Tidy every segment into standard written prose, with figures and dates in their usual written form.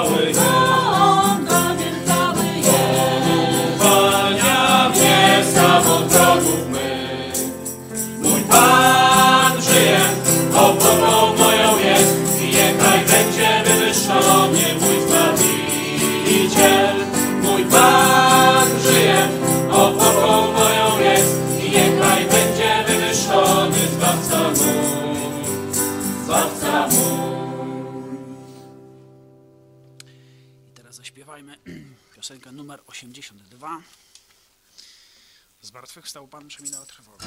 cały jest. On godzien cały jest. Pania wieska od wrogów my. Mój Pan żyje, opoką moją jest i niechaj będzie wywyższony mój Zbawiciel. Mój Pan żyje, opoką moją jest i niechaj będzie wywyższony Zbawca mój, Zbawca mój. I teraz zaśpiewajmy piosenkę numer 82. Zmartwychwstał Pan, przeminęła trwoga.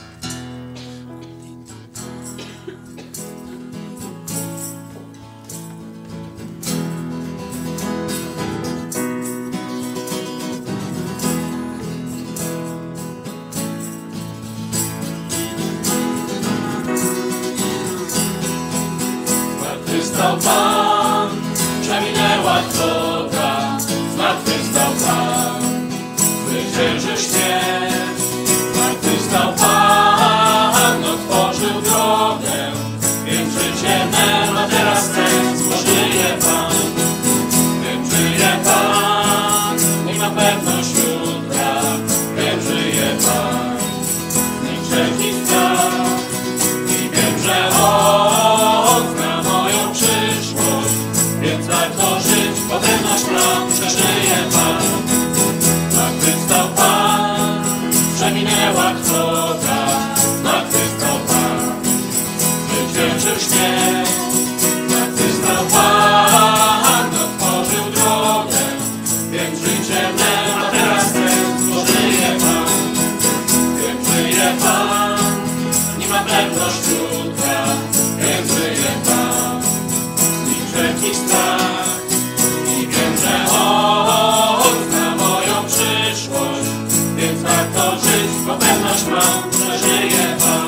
Zmartwychwstał Pan, przeminęła trwoga. Zmartwychwstał Pan, zwyciężył śmierć. Zmartwychwstał Pan, otworzył drogę, więc życie me ma teraz sens, bo żyje Pan. Wiem, żyje Pan i ma pewność jutra. Wiem, żyje Pan, niech wszelki strach. I wiem, że On zna moją przyszłość, więc warto żyć, bo pewność mam, że żyje Pan. Zmartwychwstał Pan, przeminęła trwoga. Zmartwychwstał Pan, zwyciężył śmierć. Zmartwychwstał Pan, otworzył drogę, więc życie me ma teraz sens, bo żyje Pan. Wiem, żyje Pan, nie ma pewność jutra. Wiem, żyje Pan, i wszelki strach. I wiem, że On zna moją przyszłość, więc warto żyć, bo pewność mam, że żyje Pan.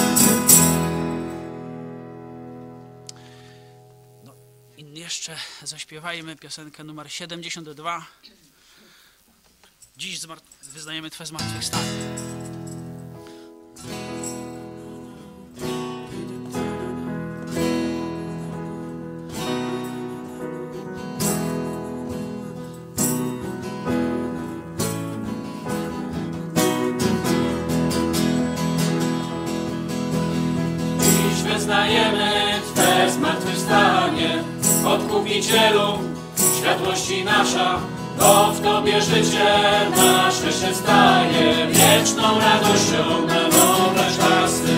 No, i jeszcze zaśpiewajmy piosenkę numer 72. Dziś wyznajemy Twe zmartwychwstanie. Dziś wyznajemy Twe zmartwychwstanie, Odkupicielu, światłości nasza, bo w Tobie życie nasze się staje wieczną radością na nowe czasy.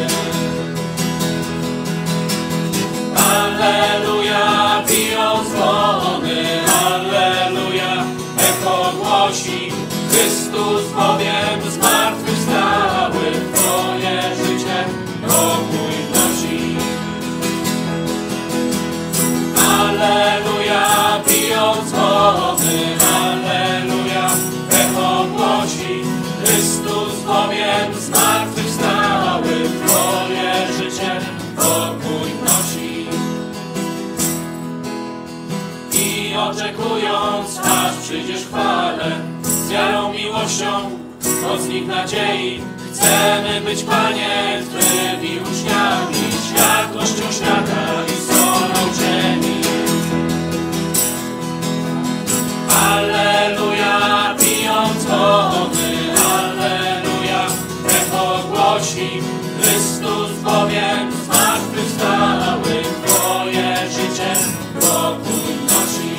Alleluja, biją dzwony, alleluja, echo głosi, Chrystus bowiem zmartwychwstały, Twoje życie pokój wnosi. Alleluja, biją dzwony, alleluja, echo głosi, Chrystus bowiem zmartwychwstały, Twoje życie pokój wnosi. I oczekując, aż przyjdziesz w chwale, z wiarą, miłością, mocnik nadziei, chcemy być, Panie, Twymi uczniami, światłością świata i solą ziemi. Alleluja, biją dzwony, alleluja, echo głosi, Chrystus bowiem zmartwychwstały, Twoje życie pokój wnosi.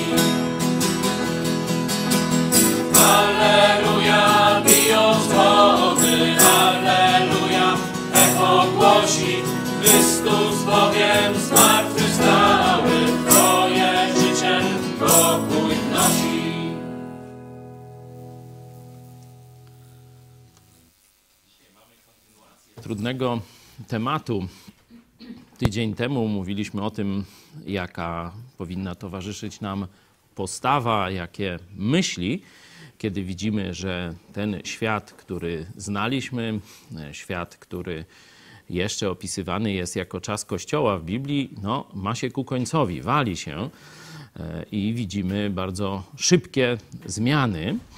Alleluja, biją dzwony, alleluja, echo głosi, Chrystus bowiem zmartwychwstały, Twoje życie pokój wnosi. Trudnego tematu. Tydzień temu mówiliśmy o tym, jaka powinna towarzyszyć nam postawa, jakie myśli, kiedy widzimy, że ten świat, który znaliśmy, świat, który jeszcze opisywany jest jako czas Kościoła w Biblii, no, ma się ku końcowi, wali się i widzimy bardzo szybkie zmiany.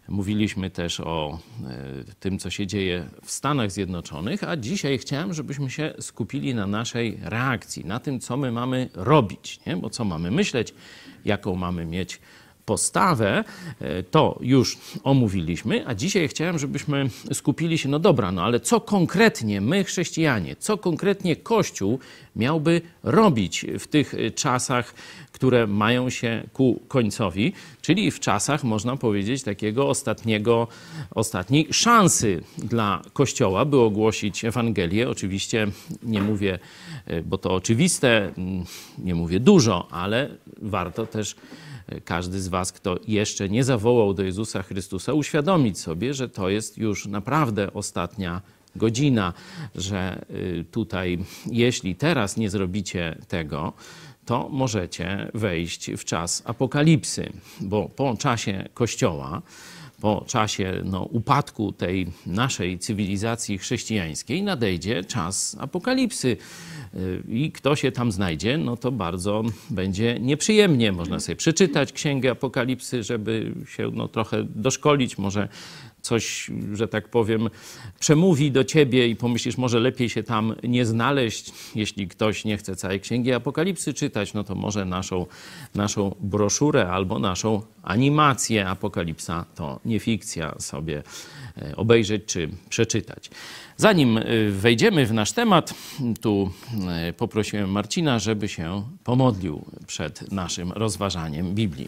Mówiliśmy też o tym, co się dzieje w Stanach Zjednoczonych, a dzisiaj chciałem, żebyśmy się skupili na naszej reakcji, na tym, co my mamy robić, nie? Bo co mamy myśleć, jaką mamy mieć postawę, to już omówiliśmy, a dzisiaj chciałem, żebyśmy skupili się, no dobra, no ale co konkretnie my, chrześcijanie, co konkretnie Kościół miałby robić w tych czasach, które mają się ku końcowi, czyli w czasach, można powiedzieć, takiego ostatniej szansy dla Kościoła, by ogłosić Ewangelię. Oczywiście nie mówię, bo to oczywiste, nie mówię dużo, ale warto też każdy z was, kto jeszcze nie zawołał do Jezusa Chrystusa, uświadomić sobie, że to jest już naprawdę ostatnia godzina, że tutaj, jeśli teraz nie zrobicie tego, to możecie wejść w czas apokalipsy, bo po czasie Kościoła, po czasie upadku tej naszej cywilizacji chrześcijańskiej nadejdzie czas apokalipsy. I kto się tam znajdzie, no to bardzo będzie nieprzyjemnie. Można sobie przeczytać Księgę Apokalipsy, żeby się trochę doszkolić, może coś, że tak powiem, przemówi do ciebie i pomyślisz, może lepiej się tam nie znaleźć. Jeśli ktoś nie chce całej Księgi Apokalipsy czytać, no to może naszą broszurę albo naszą animację Apokalipsa to nie fikcja sobie obejrzeć czy przeczytać. Zanim wejdziemy w nasz temat, tu poprosiłem Marcina, żeby się pomodlił przed naszym rozważaniem Biblii.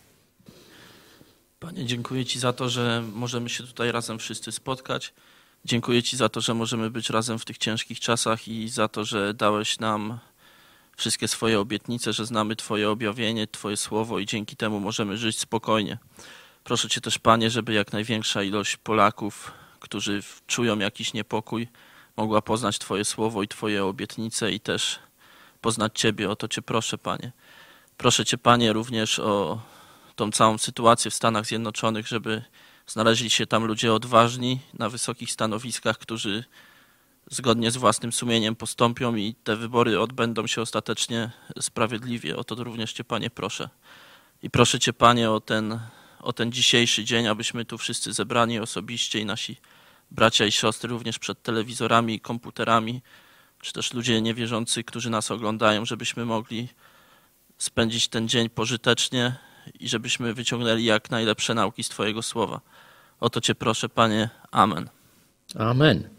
Panie, dziękuję Ci za to, że możemy się tutaj razem wszyscy spotkać. Dziękuję Ci za to, że możemy być razem w tych ciężkich czasach i za to, że dałeś nam wszystkie swoje obietnice, że znamy Twoje objawienie, Twoje słowo i dzięki temu możemy żyć spokojnie. Proszę Cię też, Panie, żeby jak największa ilość Polaków, którzy czują jakiś niepokój, mogła poznać Twoje słowo i Twoje obietnice i też poznać Ciebie. O to Cię proszę, Panie. Proszę Cię, Panie, również o tą całą sytuację w Stanach Zjednoczonych, żeby znaleźli się tam ludzie odważni na wysokich stanowiskach, którzy zgodnie z własnym sumieniem postąpią i te wybory odbędą się ostatecznie sprawiedliwie. O to również Cię, Panie, proszę. I proszę Cię, Panie, o ten dzisiejszy dzień, abyśmy tu wszyscy zebrani osobiście i nasi bracia i siostry również przed telewizorami i komputerami, czy też ludzie niewierzący, którzy nas oglądają, żebyśmy mogli spędzić ten dzień pożytecznie i żebyśmy wyciągnęli jak najlepsze nauki z Twojego słowa. O to Cię proszę, Panie. Amen. Amen.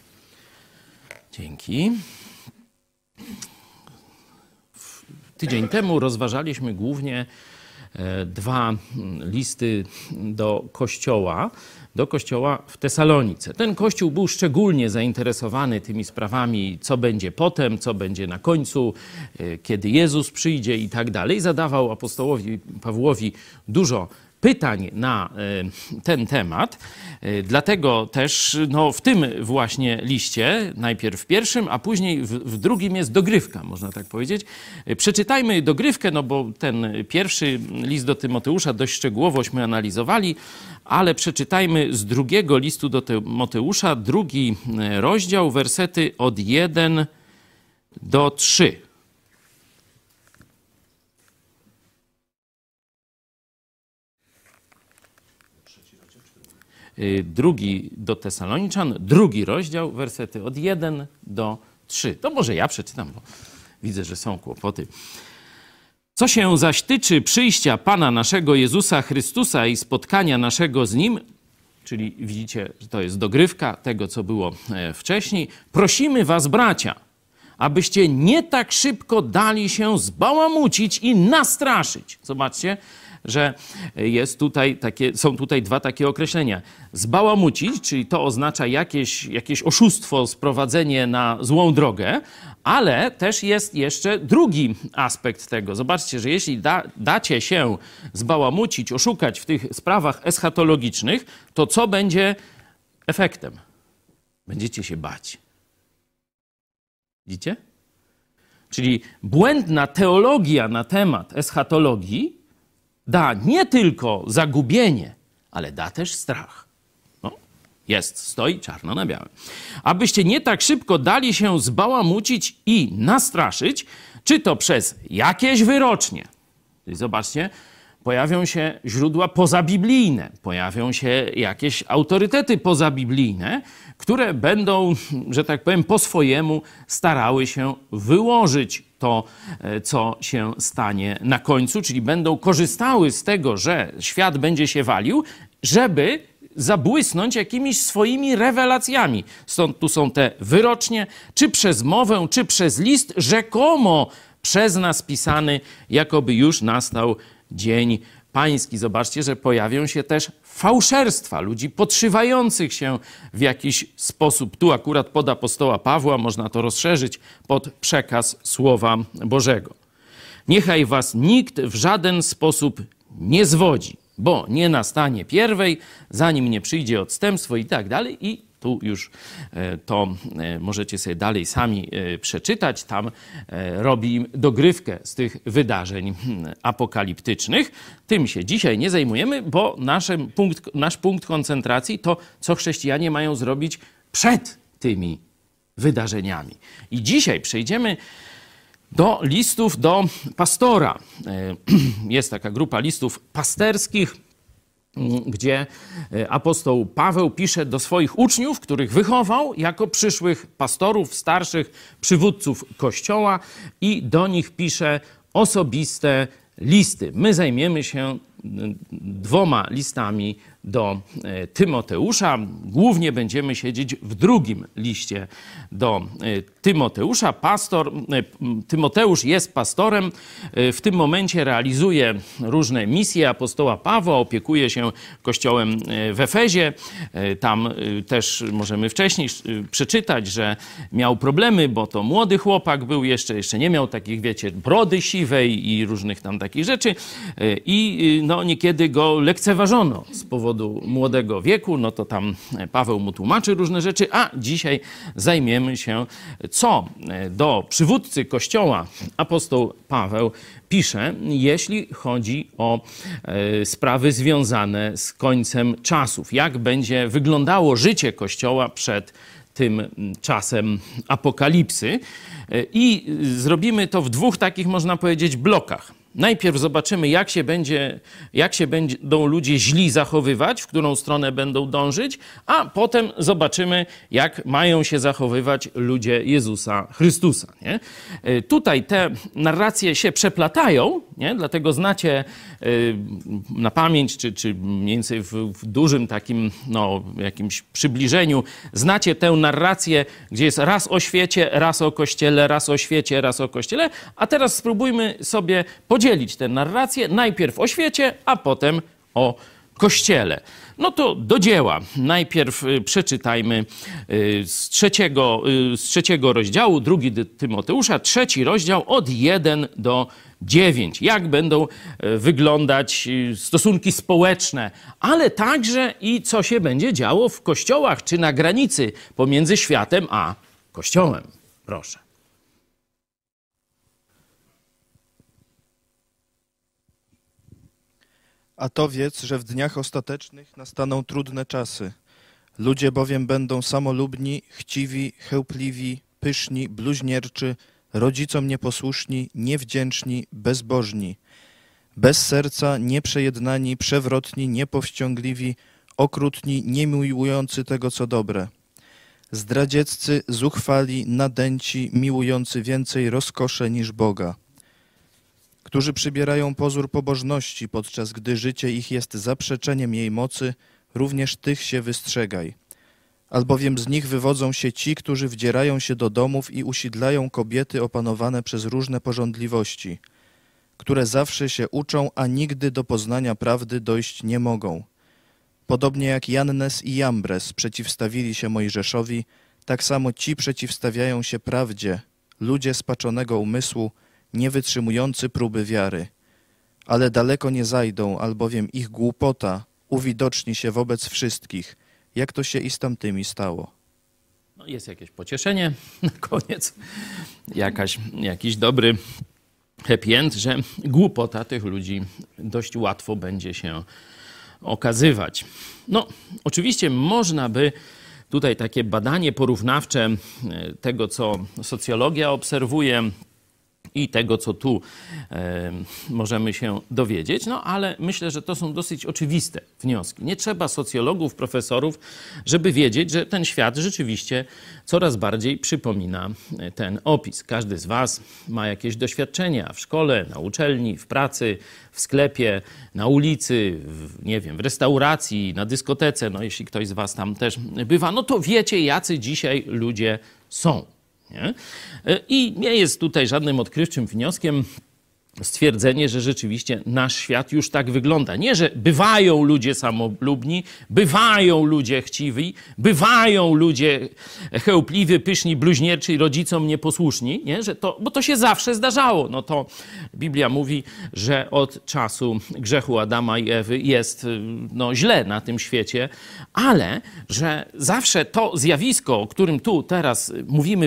Dzięki. Tydzień temu rozważaliśmy głównie dwa listy do kościoła w Tesalonice. Ten kościół był szczególnie zainteresowany tymi sprawami, co będzie potem, co będzie na końcu, kiedy Jezus przyjdzie i tak dalej. Zadawał apostołowi Pawłowi dużo pytań na ten temat. Dlatego też w tym właśnie liście, najpierw w pierwszym, a później w drugim jest dogrywka, można tak powiedzieć. Przeczytajmy dogrywkę, bo ten pierwszy list do Tymoteusza dość szczegółowośmy analizowali, ale przeczytajmy z drugiego listu do Tymoteusza, 2 rozdział, wersety od 1 do 3. Drugi do Tesaloniczan, 2 rozdział, wersety od 1 do 3. To może ja przeczytam, bo widzę, że są kłopoty. Co się zaś tyczy przyjścia Pana naszego Jezusa Chrystusa i spotkania naszego z Nim, czyli widzicie, że to jest dogrywka tego, co było wcześniej, prosimy was, bracia, abyście nie tak szybko dali się zbałamucić i nastraszyć. Zobaczcie, że są tutaj dwa takie określenia. Zbałamucić, czyli to oznacza jakieś oszustwo, sprowadzenie na złą drogę, ale też jest jeszcze drugi aspekt tego. Zobaczcie, że jeśli dacie się zbałamucić, oszukać w tych sprawach eschatologicznych, to co będzie efektem? Będziecie się bać. Widzicie? Czyli błędna teologia na temat eschatologii da nie tylko zagubienie, ale da też strach. Stoi czarno na białym. Abyście nie tak szybko dali się zbałamucić i nastraszyć, czy to przez jakieś wyrocznie. Czyli zobaczcie, pojawią się źródła pozabiblijne, pojawią się jakieś autorytety pozabiblijne, które będą, że tak powiem, po swojemu starały się wyłożyć to, co się stanie na końcu, czyli będą korzystały z tego, że świat będzie się walił, żeby zabłysnąć jakimiś swoimi rewelacjami. Stąd tu są te wyrocznie, czy przez mowę, czy przez list, rzekomo przez nas pisany, jakoby już nastał dzień pański. Zobaczcie, że pojawią się też fałszerstwa, ludzi podszywających się w jakiś sposób. Tu akurat pod apostoła Pawła można to rozszerzyć pod przekaz Słowa Bożego. Niechaj was nikt w żaden sposób nie zwodzi, bo nie nastanie pierwej, zanim nie przyjdzie odstępstwo i tak dalej. I tu już to możecie sobie dalej sami przeczytać. Tam robi dogrywkę z tych wydarzeń apokaliptycznych. Tym się dzisiaj nie zajmujemy, bo nasz punkt koncentracji to, co chrześcijanie mają zrobić przed tymi wydarzeniami. I dzisiaj przejdziemy do listów do pastora. Jest taka grupa listów pasterskich, gdzie apostoł Paweł pisze do swoich uczniów, których wychował jako przyszłych pastorów, starszych przywódców Kościoła i do nich pisze osobiste listy. My zajmiemy się 2 listami do Tymoteusza. Głównie będziemy siedzieć w 2 liście do Tymoteusza. Tymoteusz jest pastorem. W tym momencie realizuje różne misje apostoła Pawła, opiekuje się kościołem w Efezie. Tam też możemy wcześniej przeczytać, że miał problemy, bo to młody chłopak był, jeszcze nie miał takich, wiecie, brody siwej i różnych tam takich rzeczy. I no, niekiedy go lekceważono z powodu młodego wieku, no to tam Paweł mu tłumaczy różne rzeczy, a dzisiaj zajmiemy się, co do przywódcy Kościoła apostoł Paweł pisze, jeśli chodzi o sprawy związane z końcem czasów. Jak będzie wyglądało życie Kościoła przed tym czasem apokalipsy. I zrobimy to w 2 takich, można powiedzieć, blokach. Najpierw zobaczymy, jak się będą ludzie źli zachowywać, w którą stronę będą dążyć, a potem zobaczymy, jak mają się zachowywać ludzie Jezusa Chrystusa. Nie? Tutaj te narracje się przeplatają, nie? Dlatego znacie na pamięć, czy mniej więcej w dużym takim, no, jakimś przybliżeniu, znacie tę narrację, gdzie jest raz o świecie, raz o Kościele, raz o świecie, raz o Kościele, a teraz spróbujmy sobie podzielić tę narrację najpierw o świecie, a potem o Kościele. No to do dzieła. Najpierw przeczytajmy z trzeciego rozdziału, 2 Tymoteusza, 3 rozdział od 1 do 9. Jak będą wyglądać stosunki społeczne, ale także i co się będzie działo w kościołach, czy na granicy pomiędzy światem a Kościołem. Proszę. A to wiedz, że w dniach ostatecznych nastaną trudne czasy. Ludzie bowiem będą samolubni, chciwi, chełpliwi, pyszni, bluźnierczy, rodzicom nieposłuszni, niewdzięczni, bezbożni, bez serca, nieprzejednani, przewrotni, niepowściągliwi, okrutni, niemiłujący tego, co dobre. Zdradzieccy, zuchwali, nadęci, miłujący więcej rozkosze niż Boga, którzy przybierają pozór pobożności, podczas gdy życie ich jest zaprzeczeniem jej mocy, również tych się wystrzegaj. Albowiem z nich wywodzą się ci, którzy wdzierają się do domów i usidlają kobiety opanowane przez różne pożądliwości, które zawsze się uczą, a nigdy do poznania prawdy dojść nie mogą. Podobnie jak Jannes i Jambres przeciwstawili się Mojżeszowi, tak samo ci przeciwstawiają się prawdzie, ludzie spaczonego umysłu, nie wytrzymujący próby wiary. Ale daleko nie zajdą, albowiem ich głupota uwidoczni się wobec wszystkich, jak to się i z tamtymi stało. No jest jakieś pocieszenie na koniec, jakiś dobry happy end, że głupota tych ludzi dość łatwo będzie się okazywać. No, oczywiście można by tutaj takie badanie porównawcze tego, co socjologia obserwuje, i tego, co tu możemy się dowiedzieć, no ale myślę, że to są dosyć oczywiste wnioski. Nie trzeba socjologów, profesorów, żeby wiedzieć, że ten świat rzeczywiście coraz bardziej przypomina ten opis. Każdy z was ma jakieś doświadczenia w szkole, na uczelni, w pracy, w sklepie, na ulicy, nie wiem, w restauracji, na dyskotece, no jeśli ktoś z was tam też bywa, no to wiecie, jacy dzisiaj ludzie są. Nie? I nie jest tutaj żadnym odkrywczym wnioskiem stwierdzenie, że rzeczywiście nasz świat już tak wygląda. Nie, że bywają ludzie samolubni, bywają ludzie chciwi, bywają ludzie chełpliwi, pyszni, bluźnierczy i rodzicom nieposłuszni, nie? Że to, bo to się zawsze zdarzało. No to Biblia mówi, że od czasu grzechu Adama i Ewy jest no, źle na tym świecie, ale że zawsze to zjawisko, o którym tu teraz mówimy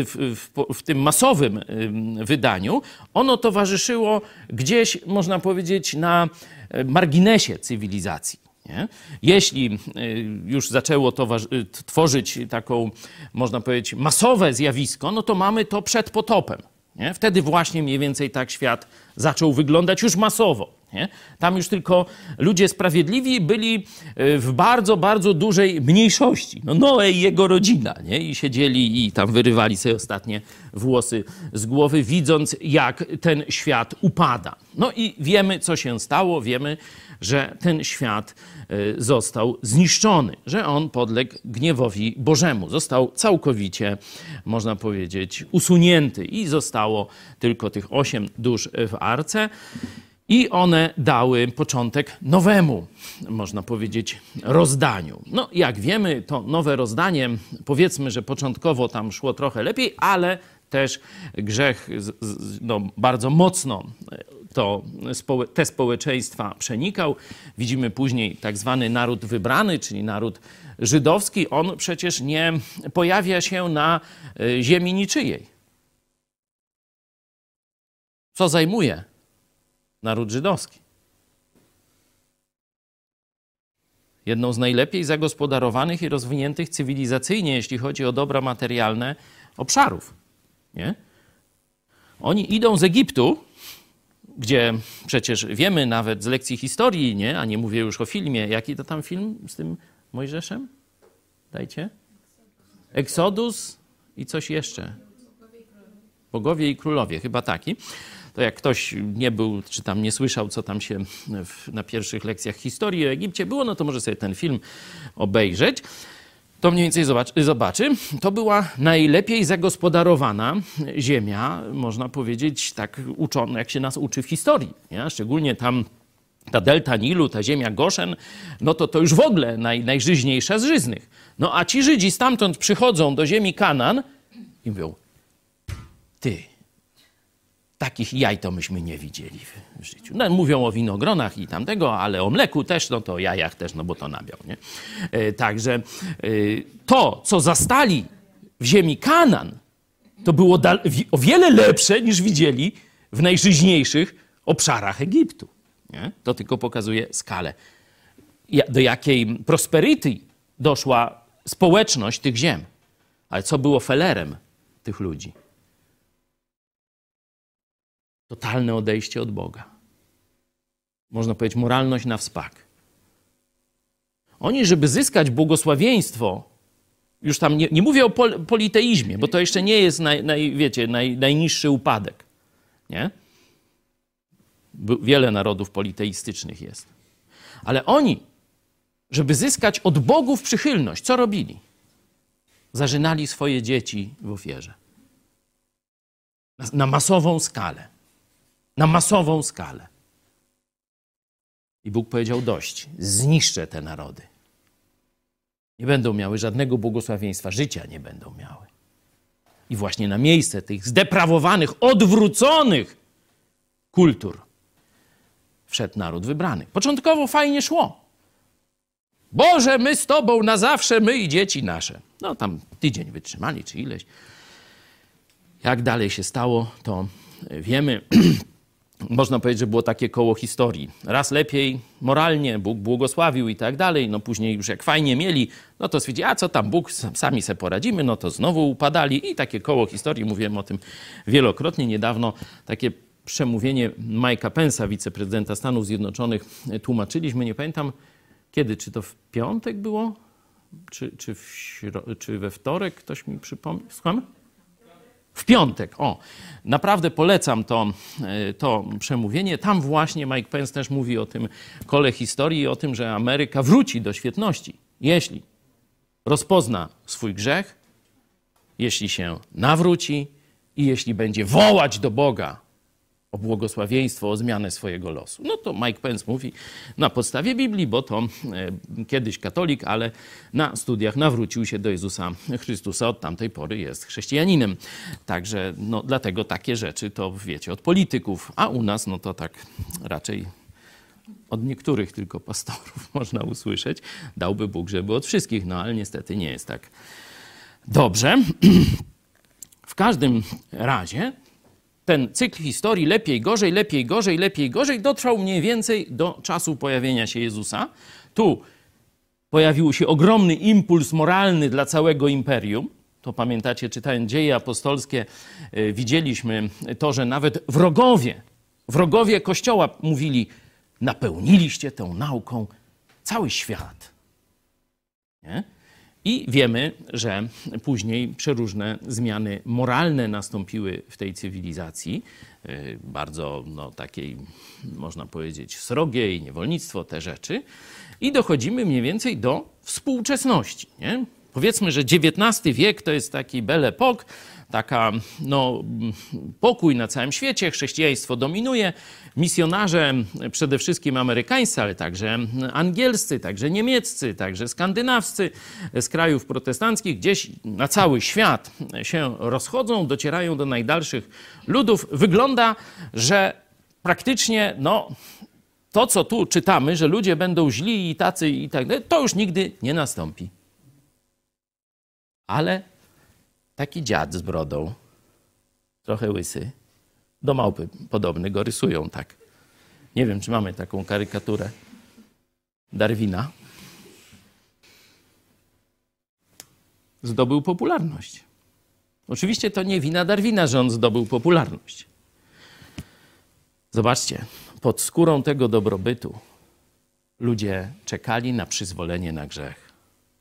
w tym masowym wydaniu, ono towarzyszy gdzieś, można powiedzieć, na marginesie cywilizacji. Nie? Jeśli już zaczęło tworzyć taką, można powiedzieć, masowe zjawisko, no to mamy to przed potopem. Nie? Wtedy właśnie mniej więcej tak świat zaczął wyglądać już masowo. Nie? Tam już tylko ludzie sprawiedliwi byli w bardzo, bardzo dużej mniejszości. No Noe i jego rodzina. Nie? I siedzieli i tam wyrywali sobie ostatnie włosy z głowy, widząc jak ten świat upada. No i wiemy, co się stało. Wiemy, że ten świat został zniszczony, że on podległ gniewowi Bożemu. Został całkowicie, można powiedzieć, usunięty i zostało tylko tych 8 dusz w arce. I one dały początek nowemu, można powiedzieć, rozdaniu. No, jak wiemy, to nowe rozdanie, powiedzmy, że początkowo tam szło trochę lepiej, ale też grzech no, bardzo mocno te społeczeństwa przenikał. Widzimy później tak zwany naród wybrany, czyli naród żydowski. On przecież nie pojawia się na ziemi niczyjej. Co zajmuje naród żydowski? Jedną z najlepiej zagospodarowanych i rozwiniętych cywilizacyjnie, jeśli chodzi o dobra materialne, obszarów. Nie? Oni idą z Egiptu, gdzie przecież wiemy nawet z lekcji historii, nie? A nie mówię już o filmie. Jaki to tam film z tym Mojżeszem? Dajcie. Eksodus i coś jeszcze. Bogowie i królowie, chyba taki. To jak ktoś nie był, czy tam nie słyszał, co tam się na pierwszych lekcjach historii o Egipcie było, no to może sobie ten film obejrzeć. To mniej więcej zobaczy. To była najlepiej zagospodarowana ziemia, można powiedzieć, tak uczono, jak się nas uczy w historii. Nie? Szczególnie tam ta delta Nilu, ta ziemia Goszen, no to już w ogóle najżyźniejsza z żyznych. No a ci Żydzi stamtąd przychodzą do ziemi Kanaan i mówią, ty, takich jaj to myśmy nie widzieli w życiu. No, mówią o winogronach i tamtego, ale o mleku też, no to o jajach też, no bo to nabiał. Nie? Także to, co zastali w ziemi Kanaan, to było o wiele lepsze niż widzieli w najżyźniejszych obszarach Egiptu. Nie? To tylko pokazuje skalę, do jakiej prosperity doszła społeczność tych ziem. Ale co było felerem tych ludzi? Totalne odejście od Boga. Można powiedzieć, moralność na wspak. Oni, żeby zyskać błogosławieństwo, już tam nie mówię o politeizmie, bo to jeszcze nie jest najniższy upadek. Nie? Wiele narodów politeistycznych jest. Ale oni, żeby zyskać od bogów przychylność, co robili? Zarzynali swoje dzieci w ofierze. Na masową skalę. Na masową skalę. I Bóg powiedział, dość, zniszczę te narody. Nie będą miały żadnego błogosławieństwa, życia nie będą miały. I właśnie na miejsce tych zdeprawowanych, odwróconych kultur wszedł naród wybrany. Początkowo fajnie szło. Boże, my z Tobą na zawsze, my i dzieci nasze. No tam tydzień wytrzymali, czy ileś. Jak dalej się stało, to wiemy. można powiedzieć, że było takie koło historii. Raz lepiej moralnie, Bóg błogosławił i tak dalej, no później już jak fajnie mieli, no to stwierdzili, a co tam Bóg, sami se poradzimy, no to znowu upadali i takie koło historii, mówiłem o tym wielokrotnie. Niedawno takie przemówienie Mike'a Pence'a, wiceprezydenta Stanów Zjednoczonych, tłumaczyliśmy, nie pamiętam kiedy, czy to w piątek było, czy we wtorek, ktoś mi przypomni, słucham? W piątek, o. Naprawdę polecam to przemówienie. Tam właśnie Mike Pence też mówi o tym kole historii, o tym, że Ameryka wróci do świetności, jeśli rozpozna swój grzech, jeśli się nawróci i jeśli będzie wołać do Boga o błogosławieństwo, o zmianę swojego losu. No to Mike Pence mówi na podstawie Biblii, bo to kiedyś katolik, ale na studiach nawrócił się do Jezusa Chrystusa, od tamtej pory jest chrześcijaninem. Także no, dlatego takie rzeczy to wiecie od polityków, a u nas no to tak raczej od niektórych tylko pastorów można usłyszeć. Dałby Bóg, żeby od wszystkich, no ale niestety nie jest tak dobrze. W każdym razie ten cykl historii lepiej, gorzej, lepiej, gorzej, lepiej, gorzej dotrwał mniej więcej do czasu pojawienia się Jezusa. Tu pojawił się ogromny impuls moralny dla całego imperium. To pamiętacie, czytając Dzieje Apostolskie, widzieliśmy to, że nawet wrogowie Kościoła mówili, napełniliście tą nauką cały świat. Nie? I wiemy, że później przeróżne zmiany moralne nastąpiły w tej cywilizacji, bardzo takiej, można powiedzieć, srogiej, niewolnictwo, te rzeczy. I dochodzimy mniej więcej do współczesności. Nie? Powiedzmy, że XIX wiek to jest taki belle époque, taka pokój na całym świecie, chrześcijaństwo dominuje, misjonarze przede wszystkim amerykańscy, ale także angielscy, także niemieccy, także skandynawscy z krajów protestanckich gdzieś na cały świat się rozchodzą, docierają do najdalszych ludów. Wygląda, że praktycznie to, co tu czytamy, że ludzie będą źli i tacy i tak dalej, to już nigdy nie nastąpi. Ale taki dziad z brodą, trochę łysy, do małpy podobny, go rysują tak. Nie wiem, czy mamy taką karykaturę Darwina. Zdobył popularność. Oczywiście to nie wina Darwina, że on zdobył popularność. Zobaczcie, pod skórą tego dobrobytu ludzie czekali na przyzwolenie na grzech.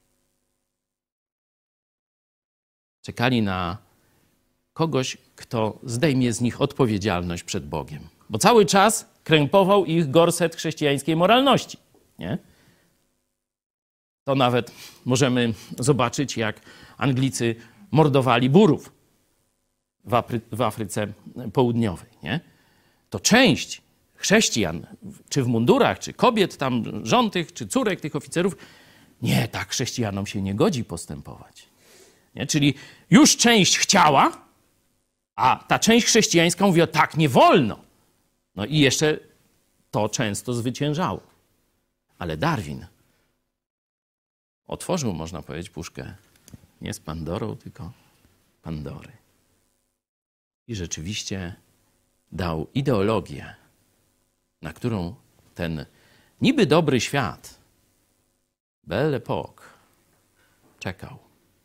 Czekali na kogoś, kto zdejmie z nich odpowiedzialność przed Bogiem. Bo cały czas krępował ich gorset chrześcijańskiej moralności. Nie? To nawet możemy zobaczyć, jak Anglicy mordowali Burów w Afryce Południowej. Nie? To część chrześcijan, czy w mundurach, czy kobiet tam, żon tych, czy córek tych oficerów, nie, tak chrześcijanom się nie godzi postępować. Nie? Czyli już część chciała, a ta część chrześcijańska mówiła, tak, nie wolno. No i jeszcze to często zwyciężało. Ale Darwin otworzył, można powiedzieć, puszkę nie z Pandorą, tylko Pandory. I rzeczywiście dał ideologię, na którą ten niby dobry świat, belle époque, czekał.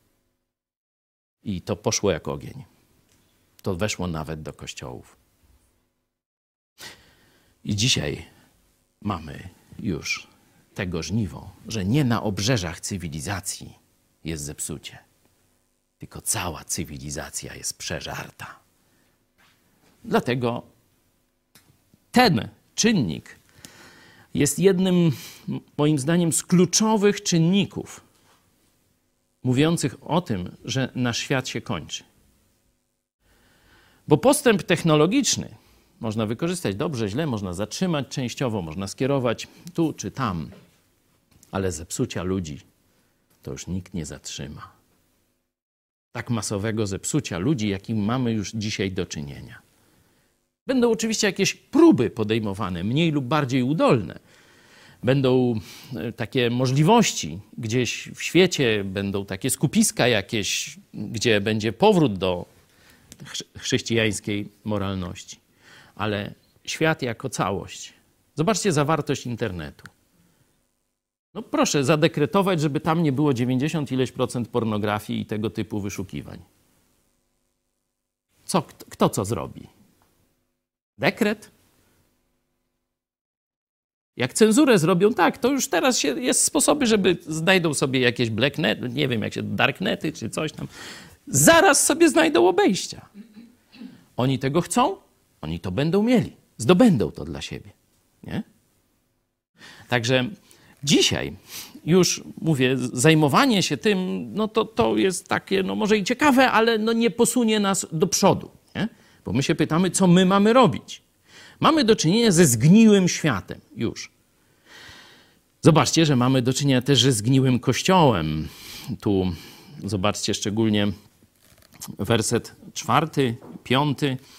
I to poszło jak ogień. To weszło nawet do kościołów. I dzisiaj mamy już tego żniwo, że nie na obrzeżach cywilizacji jest zepsucie, tylko cała cywilizacja jest przeżarta. Dlatego ten czynnik jest jednym, moim zdaniem, z kluczowych czynników mówiących o tym, że nasz świat się kończy. Bo postęp technologiczny można wykorzystać dobrze, źle, można zatrzymać częściowo, można skierować tu czy tam, ale zepsucia ludzi to już nikt nie zatrzyma. Tak masowego zepsucia ludzi, jakim mamy już dzisiaj do czynienia. Będą oczywiście jakieś próby podejmowane, mniej lub bardziej udolne. Będą takie możliwości gdzieś w świecie, będą takie skupiska jakieś, gdzie będzie powrót do chrześcijańskiej moralności. Ale świat jako całość. Zobaczcie zawartość internetu. No proszę zadekretować, żeby tam nie było 90 ileś procent pornografii i tego typu wyszukiwań. Kto co zrobi? Dekret? Jak cenzurę zrobią, tak, to już teraz jest sposoby, żeby znajdą sobie jakieś blacknety, nie wiem, jak się darknety czy coś tam. Zaraz sobie znajdą obejścia. Oni tego chcą, oni to będą mieli. Zdobędą to dla siebie. Nie? Także dzisiaj już mówię, zajmowanie się tym, no to jest takie, no może i ciekawe, ale no nie posunie nas do przodu. Nie? Bo my się pytamy, co my mamy robić. Mamy do czynienia ze zgniłym światem już. Zobaczcie, że mamy do czynienia też ze zgniłym kościołem. Tu zobaczcie szczególnie werset 4, 5.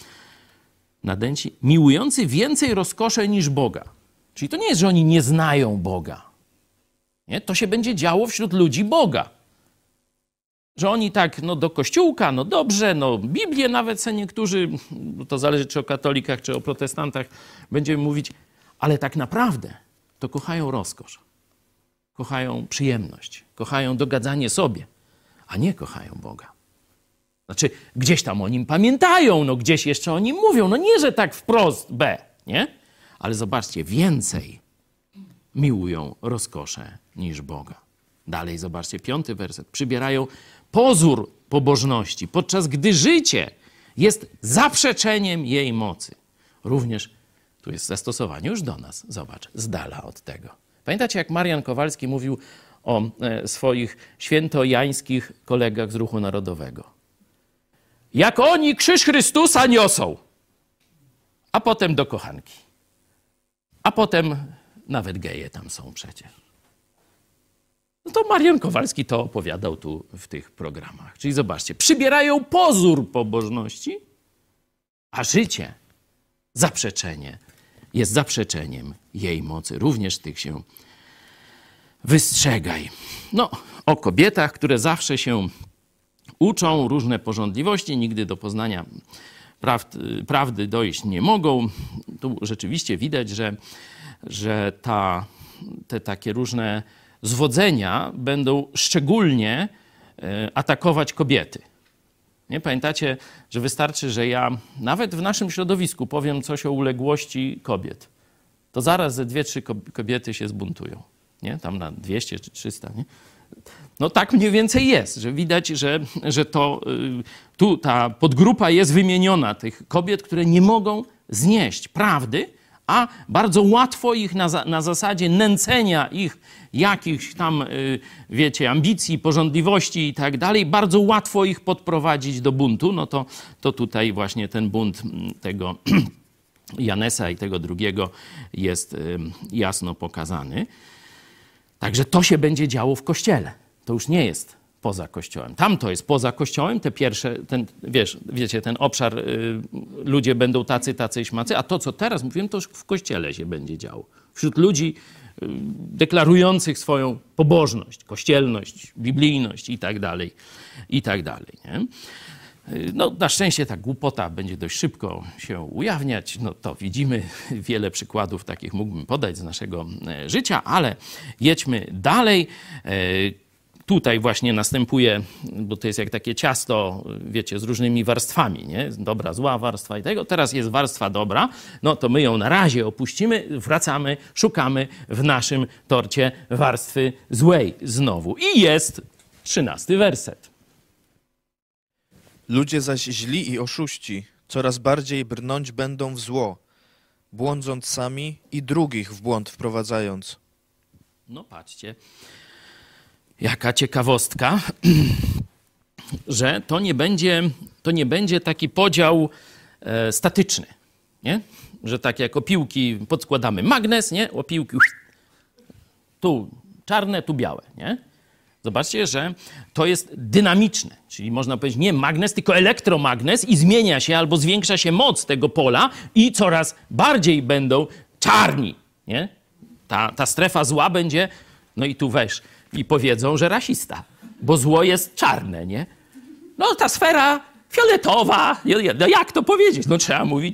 Nadęci, miłujący więcej rozkosze niż Boga. Czyli to nie jest, że oni nie znają Boga. Nie? To się będzie działo wśród ludzi Boga. Że oni tak, no do kościółka, no dobrze, no Biblię nawet se niektórzy, to zależy czy o katolikach, czy o protestantach, będziemy mówić, ale tak naprawdę to kochają rozkosz. Kochają przyjemność, kochają dogadzanie sobie, a nie kochają Boga. Znaczy, gdzieś tam o Nim pamiętają, no gdzieś jeszcze o Nim mówią. No nie, że tak wprost B, nie? Ale zobaczcie, więcej miłują rozkosze niż Boga. Dalej zobaczcie, 5 werset. Przybierają pozór pobożności, podczas gdy życie jest zaprzeczeniem jej mocy. Również tu jest zastosowanie już do nas. Zobacz, z dala od tego. Pamiętacie, jak Marian Kowalski mówił o swoich świętojańskich kolegach z Ruchu Narodowego? Jak oni krzyż Chrystusa niosą, a potem do kochanki. A potem nawet geje tam są przecież. No to Marian Kowalski to opowiadał tu w tych programach. Czyli zobaczcie, przybierają pozór pobożności, a życie, zaprzeczenie, jest zaprzeczeniem jej mocy. Również tych się wystrzegaj. No, o kobietach, które zawsze się uczą różne porządliwości, nigdy do poznania prawdy dojść nie mogą. Tu rzeczywiście widać, że te takie różne zwodzenia będą szczególnie atakować kobiety. Nie? Pamiętacie, że wystarczy, że ja nawet w naszym środowisku powiem coś o uległości kobiet, to zaraz ze 2-3 kobiety się zbuntują. Nie? Tam na 200 czy 300. Nie? No tak mniej więcej jest, że widać, że to tu ta podgrupa jest wymieniona tych kobiet, które nie mogą znieść prawdy, a bardzo łatwo ich na zasadzie nęcenia ich jakichś tam, wiecie, ambicji, pożądliwości i tak dalej, bardzo łatwo ich podprowadzić do buntu. No to tutaj właśnie ten bunt tego Janesa i tego drugiego jest jasno pokazany. Także to się będzie działo w Kościele. To już nie jest poza Kościołem. Tam to jest poza Kościołem, te pierwsze, wiecie, ten obszar, ludzie będą tacy i śmacy, a to, co teraz mówiłem, to już w Kościele się będzie działo. Wśród ludzi deklarujących swoją pobożność, kościelność, biblijność i tak dalej, nie? No, na szczęście ta głupota będzie dość szybko się ujawniać. No, to widzimy, wiele przykładów takich mógłbym podać z naszego życia, ale jedźmy dalej. Tutaj właśnie następuje, bo to jest jak takie ciasto, wiecie, z różnymi warstwami, nie? Dobra, zła warstwa i tego. Teraz jest warstwa dobra, no to my ją na razie opuścimy, wracamy, szukamy w naszym torcie warstwy złej znowu. I jest 13 werset. Ludzie zaś źli i oszuści coraz bardziej brnąć będą w zło, błądząc sami i drugich w błąd wprowadzając. No patrzcie, jaka ciekawostka, że to nie będzie taki podział statyczny, nie? Że tak jak opiłki podskładamy magnes, nie? Opiłki tu czarne, tu białe, nie? Zobaczcie, że to jest dynamiczne, czyli można powiedzieć nie magnes, tylko elektromagnes i zmienia się albo zwiększa się moc tego pola i coraz bardziej będą czarni, nie? Ta strefa zła będzie, no i tu weź i powiedzą, że rasista, bo zło jest czarne, nie? No ta sfera fioletowa, no jak to powiedzieć? No trzeba mówić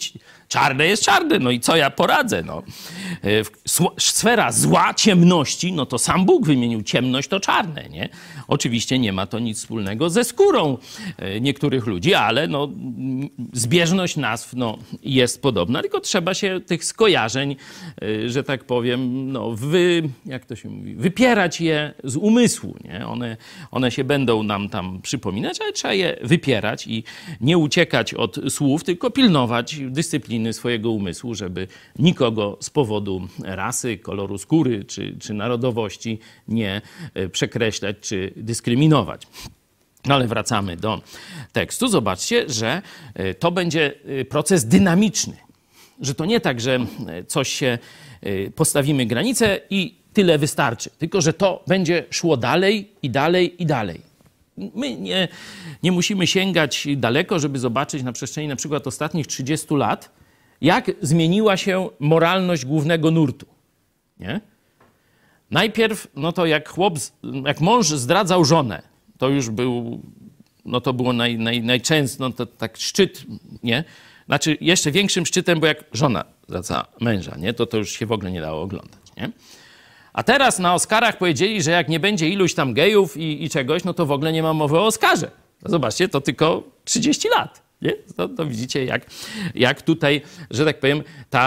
Czarne jest czarne, no i co ja poradzę, no. Sfera zła, ciemności, no to sam Bóg wymienił ciemność to czarne, nie? Oczywiście nie ma to nic wspólnego ze skórą niektórych ludzi, ale no, zbieżność nazw no, jest podobna, tylko trzeba się tych skojarzeń, że tak powiem, no, jak to się mówi, wypierać je z umysłu, nie? One się będą nam tam przypominać, ale trzeba je wypierać i nie uciekać od słów, tylko pilnować dyscypliny swojego umysłu, żeby nikogo z powodu rasy, koloru skóry czy narodowości nie przekreślać czy dyskryminować. No ale wracamy do tekstu. Zobaczcie, że to będzie proces dynamiczny. Że to nie tak, że coś się postawimy granicę i tyle wystarczy. Tylko, że to będzie szło dalej i dalej i dalej. My nie musimy sięgać daleko, żeby zobaczyć na przestrzeni na przykład ostatnich 30 lat, jak zmieniła się moralność głównego nurtu. Nie? Najpierw, no to jak mąż zdradzał żonę, to już był, no to było najczęstsze, no to tak szczyt, nie? Znaczy jeszcze większym szczytem, bo jak żona zdradza męża, nie? To już się w ogóle nie dało oglądać, nie? A teraz na Oscarach powiedzieli, że jak nie będzie iluś tam gejów i czegoś, no to w ogóle nie ma mowy o Oscarze. No zobaczcie, to tylko 30 lat. Nie? To widzicie, jak tutaj, że tak powiem,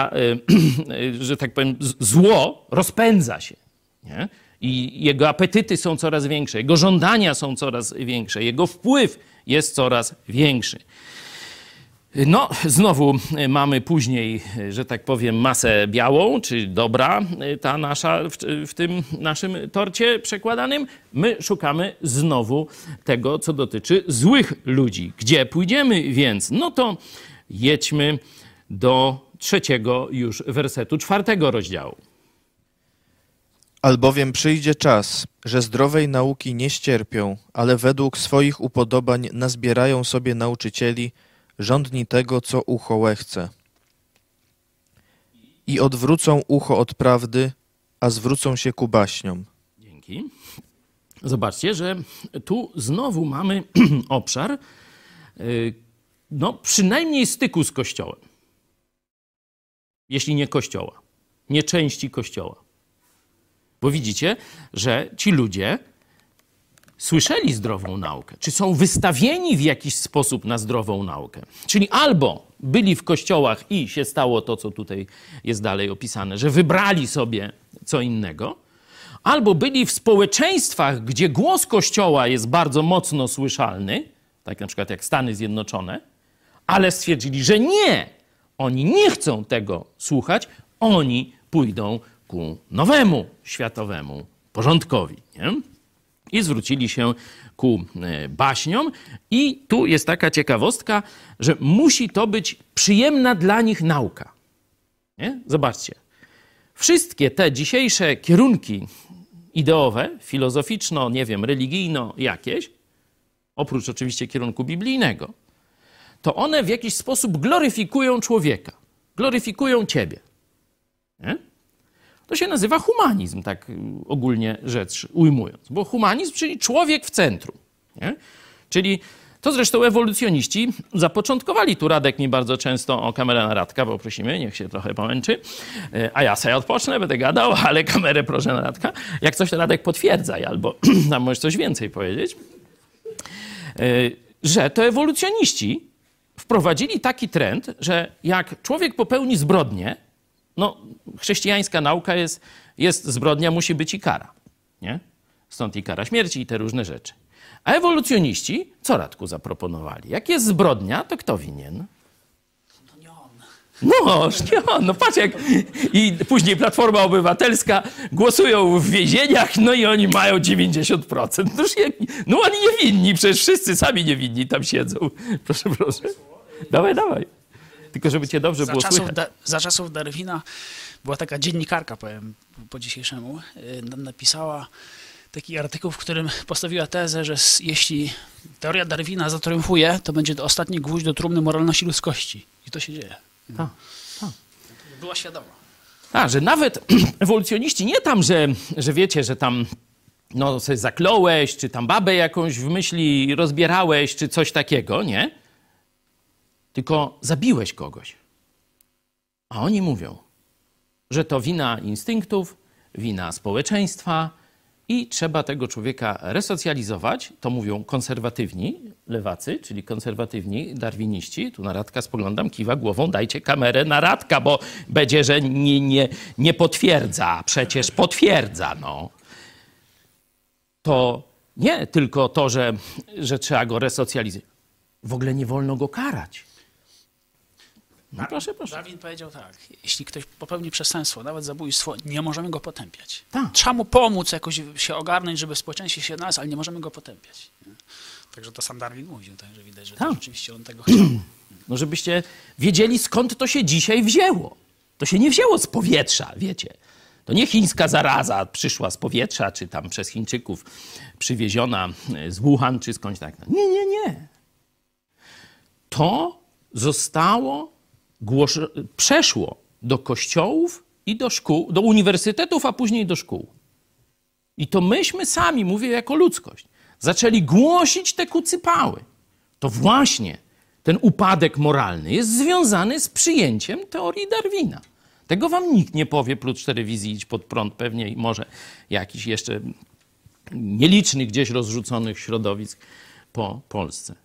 zło rozpędza się. Nie? I jego apetyty są coraz większe, jego żądania są coraz większe, jego wpływ jest coraz większy. No, znowu mamy później, że tak powiem, masę białą, czy dobra ta nasza w tym naszym torcie przekładanym. My szukamy znowu tego, co dotyczy złych ludzi. Gdzie pójdziemy więc? No to jedźmy do 3 już wersetu 4 rozdziału. Albowiem przyjdzie czas, że zdrowej nauki nie ścierpią, ale według swoich upodobań nazbierają sobie nauczycieli, żądni tego, co ucho łechce. I odwrócą ucho od prawdy, a zwrócą się ku baśniom. Dzięki. Zobaczcie, że tu znowu mamy obszar, no przynajmniej styku z Kościołem. Jeśli nie Kościoła, nie części Kościoła. Bo widzicie, że ci ludzie słyszeli zdrową naukę, czy są wystawieni w jakiś sposób na zdrową naukę. Czyli albo byli w kościołach i się stało to, co tutaj jest dalej opisane, że wybrali sobie co innego, albo byli w społeczeństwach, gdzie głos Kościoła jest bardzo mocno słyszalny, tak na przykład jak Stany Zjednoczone, ale stwierdzili, że nie, oni nie chcą tego słuchać, oni pójdą ku nowemu światowemu porządkowi, nie? I zwrócili się ku baśniom. I tu jest taka ciekawostka, że musi to być przyjemna dla nich nauka. Nie? Zobaczcie. Wszystkie te dzisiejsze kierunki ideowe, filozoficzno, nie wiem, religijno jakieś, oprócz oczywiście kierunku biblijnego, to one w jakiś sposób gloryfikują człowieka. Gloryfikują ciebie. Nie? To się nazywa humanizm, tak ogólnie rzecz ujmując. Bo humanizm, czyli człowiek w centrum. Nie? Czyli to zresztą ewolucjoniści zapoczątkowali. Tu Radek mi bardzo często o kamerę na Radka, bo prosimy, niech się trochę pomęczy. A ja sobie odpocznę, będę gadał, ale kamerę proszę na Radka. Jak coś to Radek potwierdzaj, albo tam możesz coś więcej powiedzieć. Że to ewolucjoniści wprowadzili taki trend, że jak człowiek popełni zbrodnię, no, chrześcijańska nauka jest zbrodnia, musi być i kara. Nie? Stąd i kara śmierci i te różne rzeczy. A ewolucjoniści co Radku zaproponowali? Jak jest zbrodnia, to kto winien? No nie on. No, nie on. No patrz jak... I później Platforma Obywatelska głosują w więzieniach, no i oni mają 90%. No oni niewinni, przecież wszyscy sami niewinni tam siedzą. Proszę, proszę. Dawaj, dawaj. Tylko żeby cię dobrze było słychać. Za czasów Darwina była taka dziennikarka, powiem po dzisiejszemu, napisała taki artykuł, w którym postawiła tezę, że jeśli teoria Darwina zatriumfuje, to będzie to ostatni gwóźdź do trumny moralności ludzkości. I to się dzieje. Tak. Była świadoma. A, że nawet ewolucjoniści nie tam, że wiecie, że tam no, sobie zakląłeś, czy tam babę jakąś w myśli rozbierałeś, czy coś takiego, nie? Tylko zabiłeś kogoś. A oni mówią, że to wina instynktów, wina społeczeństwa i trzeba tego człowieka resocjalizować. To mówią konserwatywni lewacy, czyli konserwatywni darwiniści. Tu na Radka spoglądam, kiwa głową, dajcie kamerę na Radka, bo będzie, że nie potwierdza. Przecież potwierdza, no. To nie tylko to, że trzeba go resocjalizować. W ogóle nie wolno go karać. No proszę. Darwin powiedział tak, jeśli ktoś popełni przestępstwo, nawet zabójstwo, nie możemy go potępiać. Tak. Trzeba mu pomóc jakoś się ogarnąć, żeby w społeczeństwie się odnalazł, ale nie możemy go potępiać. Nie? Także to sam Darwin mówił, także widać, że to rzeczywiście on tego chciał. No żebyście wiedzieli, skąd to się dzisiaj wzięło. To się nie wzięło z powietrza, wiecie. To nie chińska zaraza przyszła z powietrza, czy tam przez Chińczyków przywieziona z Wuhan, czy skądś tak. Nie. To zostało przeszło do kościołów i do szkół, do uniwersytetów, a później do szkół. I to myśmy sami, mówię jako ludzkość, zaczęli głosić te kucypały. To właśnie ten upadek moralny jest związany z przyjęciem teorii Darwina. Tego wam nikt nie powie, plus telewizji Idź Pod Prąd pewnie i może jakiś jeszcze nielicznych gdzieś rozrzuconych środowisk po Polsce.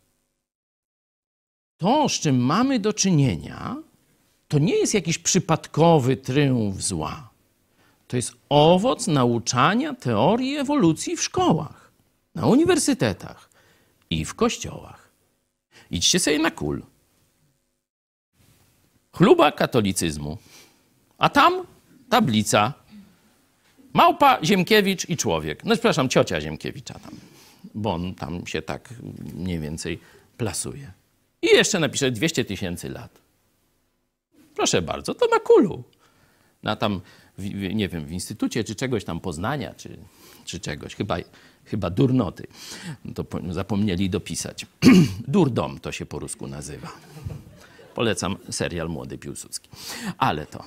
To, z czym mamy do czynienia, to nie jest jakiś przypadkowy tryumf zła. To jest owoc nauczania teorii ewolucji w szkołach, na uniwersytetach i w kościołach. Idźcie sobie na KUL. Chluba katolicyzmu. A tam tablica. Małpa, Ziemkiewicz i człowiek. No przepraszam, ciocia Ziemkiewicza tam, bo on tam się tak mniej więcej plasuje. I jeszcze napisze 200 000 lat. Proszę bardzo, to na KUL-u. Na tam, nie wiem, w instytucie czy czegoś tam Poznania, czy czegoś. Chyba durnoty. To zapomnieli dopisać. Durdom to się po rusku nazywa. Polecam serial Młody Piłsudski. Ale to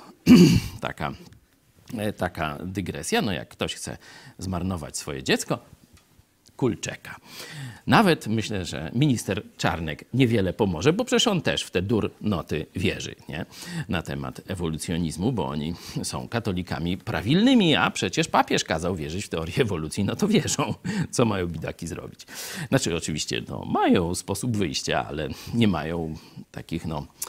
taka dygresja. No jak ktoś chce zmarnować swoje dziecko, KUL czeka. Nawet myślę, że minister Czarnek niewiele pomoże, bo przecież on też w te durnoty wierzy, nie? Na temat ewolucjonizmu, bo oni są katolikami prawilnymi, a przecież papież kazał wierzyć w teorię ewolucji, no to wierzą. Co mają bidaki zrobić? Znaczy oczywiście no, mają sposób wyjścia, ale nie mają takich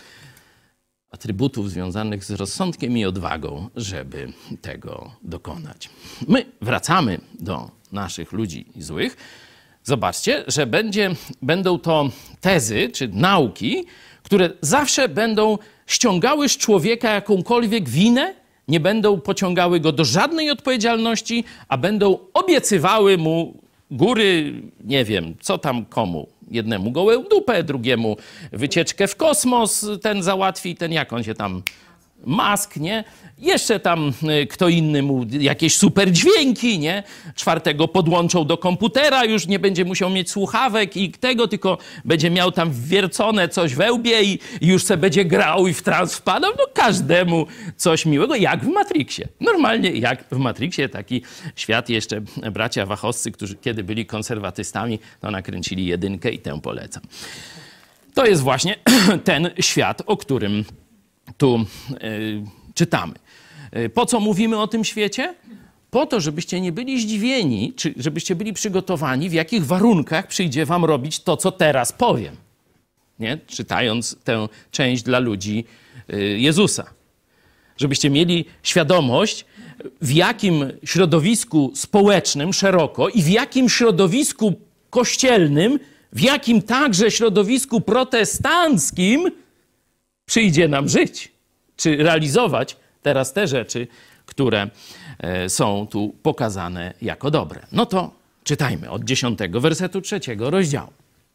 atrybutów związanych z rozsądkiem i odwagą, żeby tego dokonać. My wracamy do naszych ludzi złych. Zobaczcie, że będą to tezy czy nauki, które zawsze będą ściągały z człowieka jakąkolwiek winę, nie będą pociągały go do żadnej odpowiedzialności, a będą obiecywały mu góry, nie wiem, co tam komu. Jednemu gołę dupę, drugiemu wycieczkę w kosmos, ten załatwi, ten jak on się tam... Musk, nie? Jeszcze tam kto inny mu jakieś super dźwięki, nie? Czwartego podłączą do komputera, już nie będzie musiał mieć słuchawek i tego, tylko będzie miał tam wwiercone coś we łbie i już se będzie grał i w trans wpadał. No każdemu coś miłego, jak w Matrixie. Normalnie jak w Matrixie, taki świat jeszcze bracia Wachowscy, którzy kiedy byli konserwatystami, to nakręcili Jedynkę i tę polecam. To jest właśnie ten świat, o którym tu czytamy. Po co mówimy o tym świecie? Po to, żebyście nie byli zdziwieni, czy żebyście byli przygotowani, w jakich warunkach przyjdzie wam robić to, co teraz powiem. Nie? Czytając tę część dla ludzi Jezusa. Żebyście mieli świadomość, w jakim środowisku społecznym szeroko i w jakim środowisku kościelnym, w jakim także środowisku protestanckim przyjdzie nam żyć, czy realizować teraz te rzeczy, które są tu pokazane jako dobre. No to czytajmy od 10 wersetu 3 rozdziału.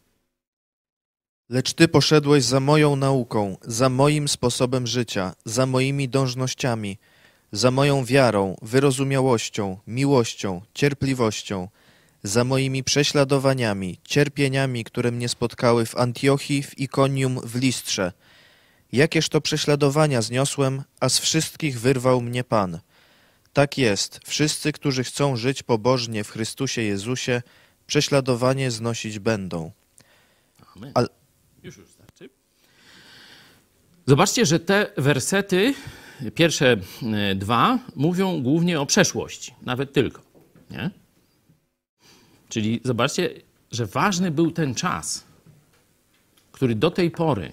Lecz ty poszedłeś za moją nauką, za moim sposobem życia, za moimi dążnościami, za moją wiarą, wyrozumiałością, miłością, cierpliwością, za moimi prześladowaniami, cierpieniami, które mnie spotkały w Antiochii, w Ikonium, w Listrze. Jakież to prześladowania zniosłem, a z wszystkich wyrwał mnie Pan. Tak jest, wszyscy, którzy chcą żyć pobożnie w Chrystusie Jezusie, prześladowanie znosić będą. Amen. Już starczy. Zobaczcie, że te wersety, pierwsze dwa, mówią głównie o przeszłości, nawet tylko. Nie? Czyli zobaczcie, że ważny był ten czas, który do tej pory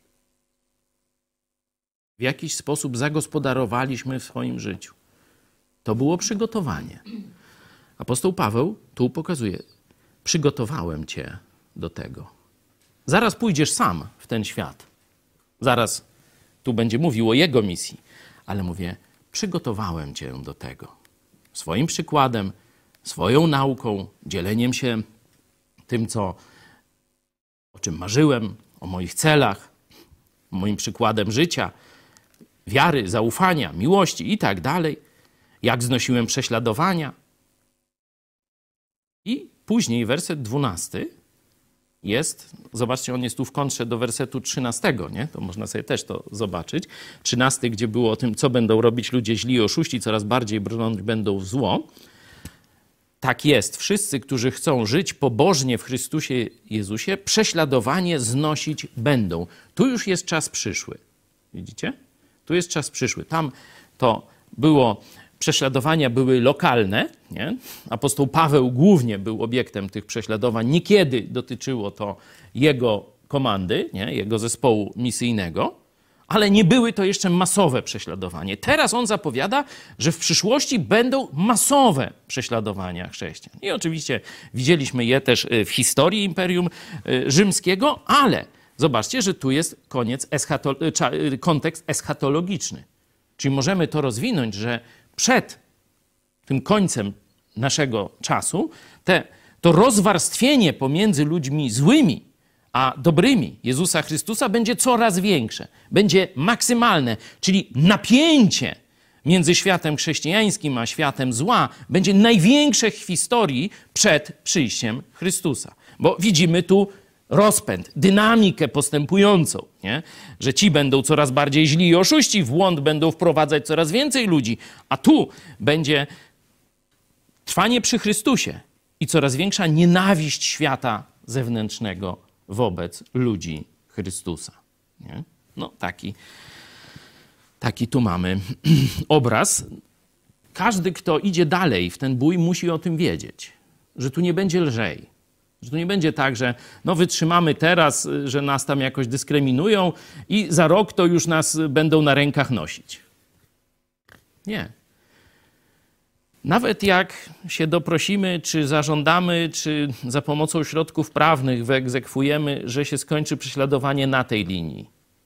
w jakiś sposób zagospodarowaliśmy w swoim życiu. To było przygotowanie. Apostoł Paweł tu pokazuje, przygotowałem cię do tego. Zaraz pójdziesz sam w ten świat. Zaraz tu będzie mówił o jego misji. Ale mówię, przygotowałem cię do tego. Swoim przykładem, swoją nauką, dzieleniem się tym, o czym marzyłem, o moich celach, moim przykładem życia, wiary, zaufania, miłości i tak dalej. Jak znosiłem prześladowania. I później werset 12 jest, zobaczcie, on jest tu w kontrze do wersetu 13, nie? To można sobie też to zobaczyć. 13, gdzie było o tym, co będą robić ludzie źli i oszuści, coraz bardziej brnąć będą w zło. Tak jest, wszyscy, którzy chcą żyć pobożnie w Chrystusie Jezusie, prześladowanie znosić będą. Tu już jest czas przyszły. Widzicie? Tu jest czas przyszły. Tam to było, prześladowania były lokalne. Nie? Apostoł Paweł głównie był obiektem tych prześladowań. Niekiedy dotyczyło to jego komandy, nie? Jego zespołu misyjnego, ale nie były to jeszcze masowe prześladowanie. Teraz on zapowiada, że w przyszłości będą masowe prześladowania chrześcijan. I oczywiście widzieliśmy je też w historii Imperium Rzymskiego, ale zobaczcie, że tu jest kontekst eschatologiczny. Czyli możemy to rozwinąć, że przed tym końcem naszego czasu to rozwarstwienie pomiędzy ludźmi złymi a dobrymi Jezusa Chrystusa będzie coraz większe, będzie maksymalne, czyli napięcie między światem chrześcijańskim a światem zła będzie największe w historii przed przyjściem Chrystusa. Bo widzimy tu rozpęd, dynamikę postępującą, nie? Że ci będą coraz bardziej źli i oszuści, w błąd będą wprowadzać coraz więcej ludzi, a tu będzie trwanie przy Chrystusie i coraz większa nienawiść świata zewnętrznego wobec ludzi Chrystusa. Nie? No taki tu mamy obraz. Każdy, kto idzie dalej w ten bój, musi o tym wiedzieć, że tu nie będzie lżej. Że to nie będzie tak, że no wytrzymamy teraz, że nas tam jakoś dyskryminują i za rok to już nas będą na rękach nosić. Nie. Nawet jak się doprosimy, czy zażądamy, czy za pomocą środków prawnych wyegzekwujemy, że się skończy prześladowanie na tej linii,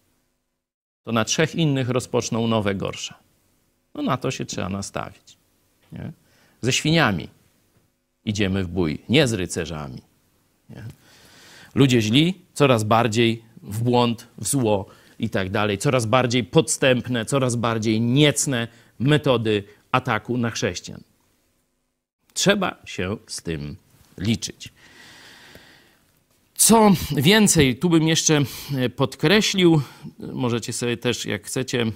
to na 3 innych rozpoczną nowe, gorsze. No na to się trzeba nastawić. Nie? Ze świniami idziemy w bój, nie z rycerzami. Nie? Ludzie źli, coraz bardziej w błąd, w zło i tak dalej, coraz bardziej podstępne, coraz bardziej niecne metody ataku na chrześcijan. Trzeba się z tym liczyć. Co więcej, tu bym jeszcze podkreślił, możecie sobie też, jak chcecie,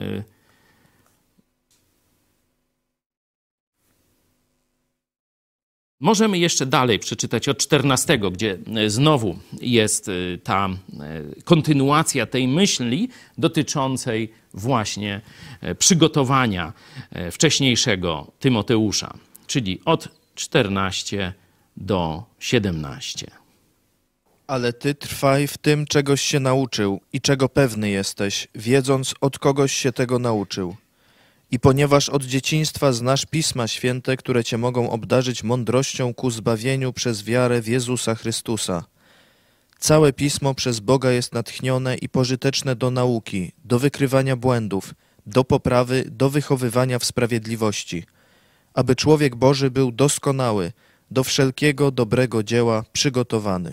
możemy jeszcze dalej przeczytać od 14, gdzie znowu jest ta kontynuacja tej myśli dotyczącej właśnie przygotowania wcześniejszego Tymoteusza, czyli od 14 do 17. Ale ty trwaj w tym, czegoś się nauczył i czego pewny jesteś, wiedząc, od kogoś się tego nauczył. I ponieważ od dzieciństwa znasz Pisma Święte, które cię mogą obdarzyć mądrością ku zbawieniu przez wiarę w Jezusa Chrystusa. Całe Pismo przez Boga jest natchnione i pożyteczne do nauki, do wykrywania błędów, do poprawy, do wychowywania w sprawiedliwości, aby człowiek Boży był doskonały, do wszelkiego dobrego dzieła przygotowany.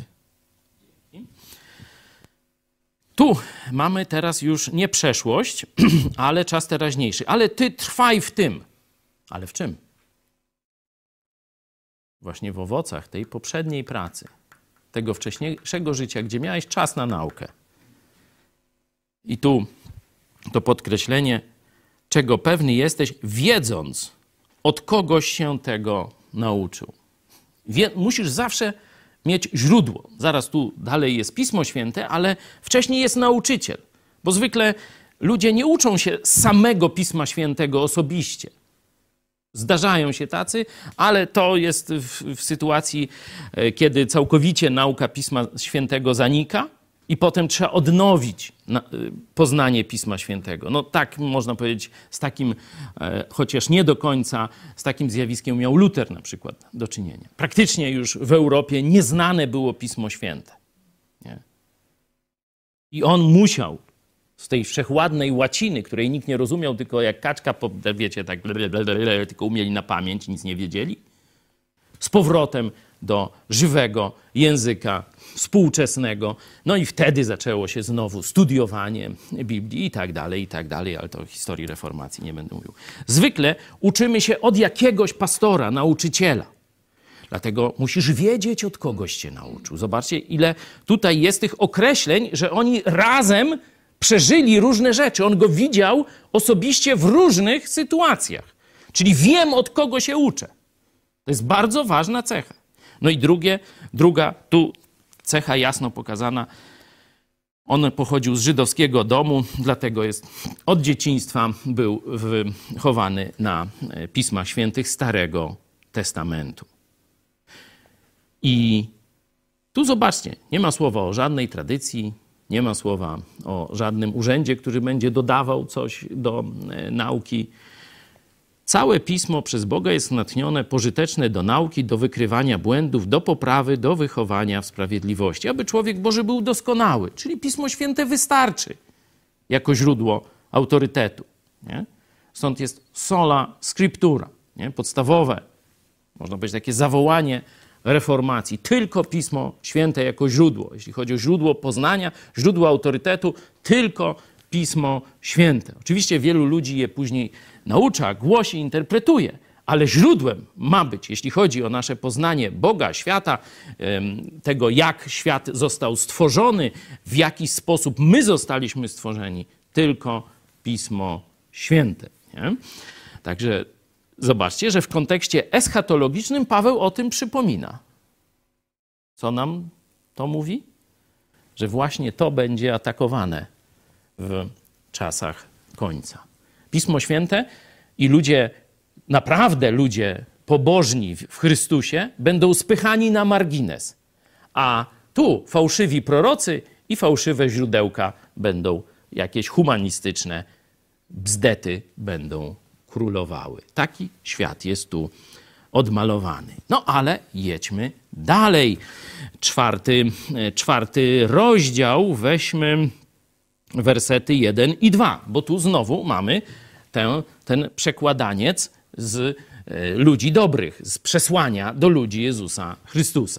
Tu mamy teraz już nie przeszłość, ale czas teraźniejszy. Ale ty trwaj w tym. Ale w czym? Właśnie w owocach tej poprzedniej pracy, tego wcześniejszego życia, gdzie miałeś czas na naukę. I tu to podkreślenie, czego pewny jesteś, wiedząc, od kogoś się tego nauczył. Musisz zawsze mieć źródło. Zaraz tu dalej jest Pismo Święte, ale wcześniej jest nauczyciel. Bo zwykle ludzie nie uczą się samego Pisma Świętego osobiście. Zdarzają się tacy, ale to jest w sytuacji, kiedy całkowicie nauka Pisma Świętego zanika i potem trzeba odnowić poznanie Pisma Świętego. No tak można powiedzieć, z takim, chociaż nie do końca, z takim zjawiskiem miał Luter na przykład do czynienia. Praktycznie już w Europie nieznane było Pismo Święte. Nie? I on musiał z tej wszechładnej łaciny, której nikt nie rozumiał, tylko jak kaczka, wiecie, tak tylko umieli na pamięć, nic nie wiedzieli, z powrotem do żywego języka współczesnego. No i wtedy zaczęło się znowu studiowanie Biblii i tak dalej, ale to o historii reformacji nie będę mówił. Zwykle uczymy się od jakiegoś pastora, nauczyciela. Dlatego musisz wiedzieć, od kogoś cię nauczył. Zobaczcie, ile tutaj jest tych określeń, że oni razem przeżyli różne rzeczy. On go widział osobiście w różnych sytuacjach. Czyli wiem, od kogo się uczę. To jest bardzo ważna cecha. No i druga tu cecha jasno pokazana. On pochodził z żydowskiego domu, dlatego jest od dzieciństwa był wychowany na Pismach Świętych Starego Testamentu. I tu zobaczcie, nie ma słowa o żadnej tradycji, nie ma słowa o żadnym urzędzie, który będzie dodawał coś do nauki. Całe Pismo przez Boga jest natchnione, pożyteczne do nauki, do wykrywania błędów, do poprawy, do wychowania w sprawiedliwości, aby człowiek Boży był doskonały. Czyli Pismo Święte wystarczy jako źródło autorytetu. Nie? Stąd jest sola scriptura, nie? Podstawowe, można powiedzieć takie zawołanie reformacji. Tylko Pismo Święte jako źródło. Jeśli chodzi o źródło poznania, źródło autorytetu, tylko Pismo Święte. Oczywiście wielu ludzi je później naucza, głosi, interpretuje, ale źródłem ma być, jeśli chodzi o nasze poznanie Boga, świata, tego jak świat został stworzony, w jaki sposób my zostaliśmy stworzeni, tylko Pismo Święte. Nie? Także zobaczcie, że w kontekście eschatologicznym Paweł o tym przypomina. Co nam to mówi? Że właśnie to będzie atakowane w czasach końca. Pismo Święte i ludzie, naprawdę ludzie pobożni w Chrystusie będą spychani na margines. A tu fałszywi prorocy i fałszywe źródełka będą jakieś humanistyczne bzdety będą królowały. Taki świat jest tu odmalowany. No ale jedźmy dalej. Czwarty rozdział, weźmy wersety 1 i 2, bo tu znowu mamy ten przekładaniec z ludzi dobrych, z przesłania do ludzi Jezusa Chrystusa.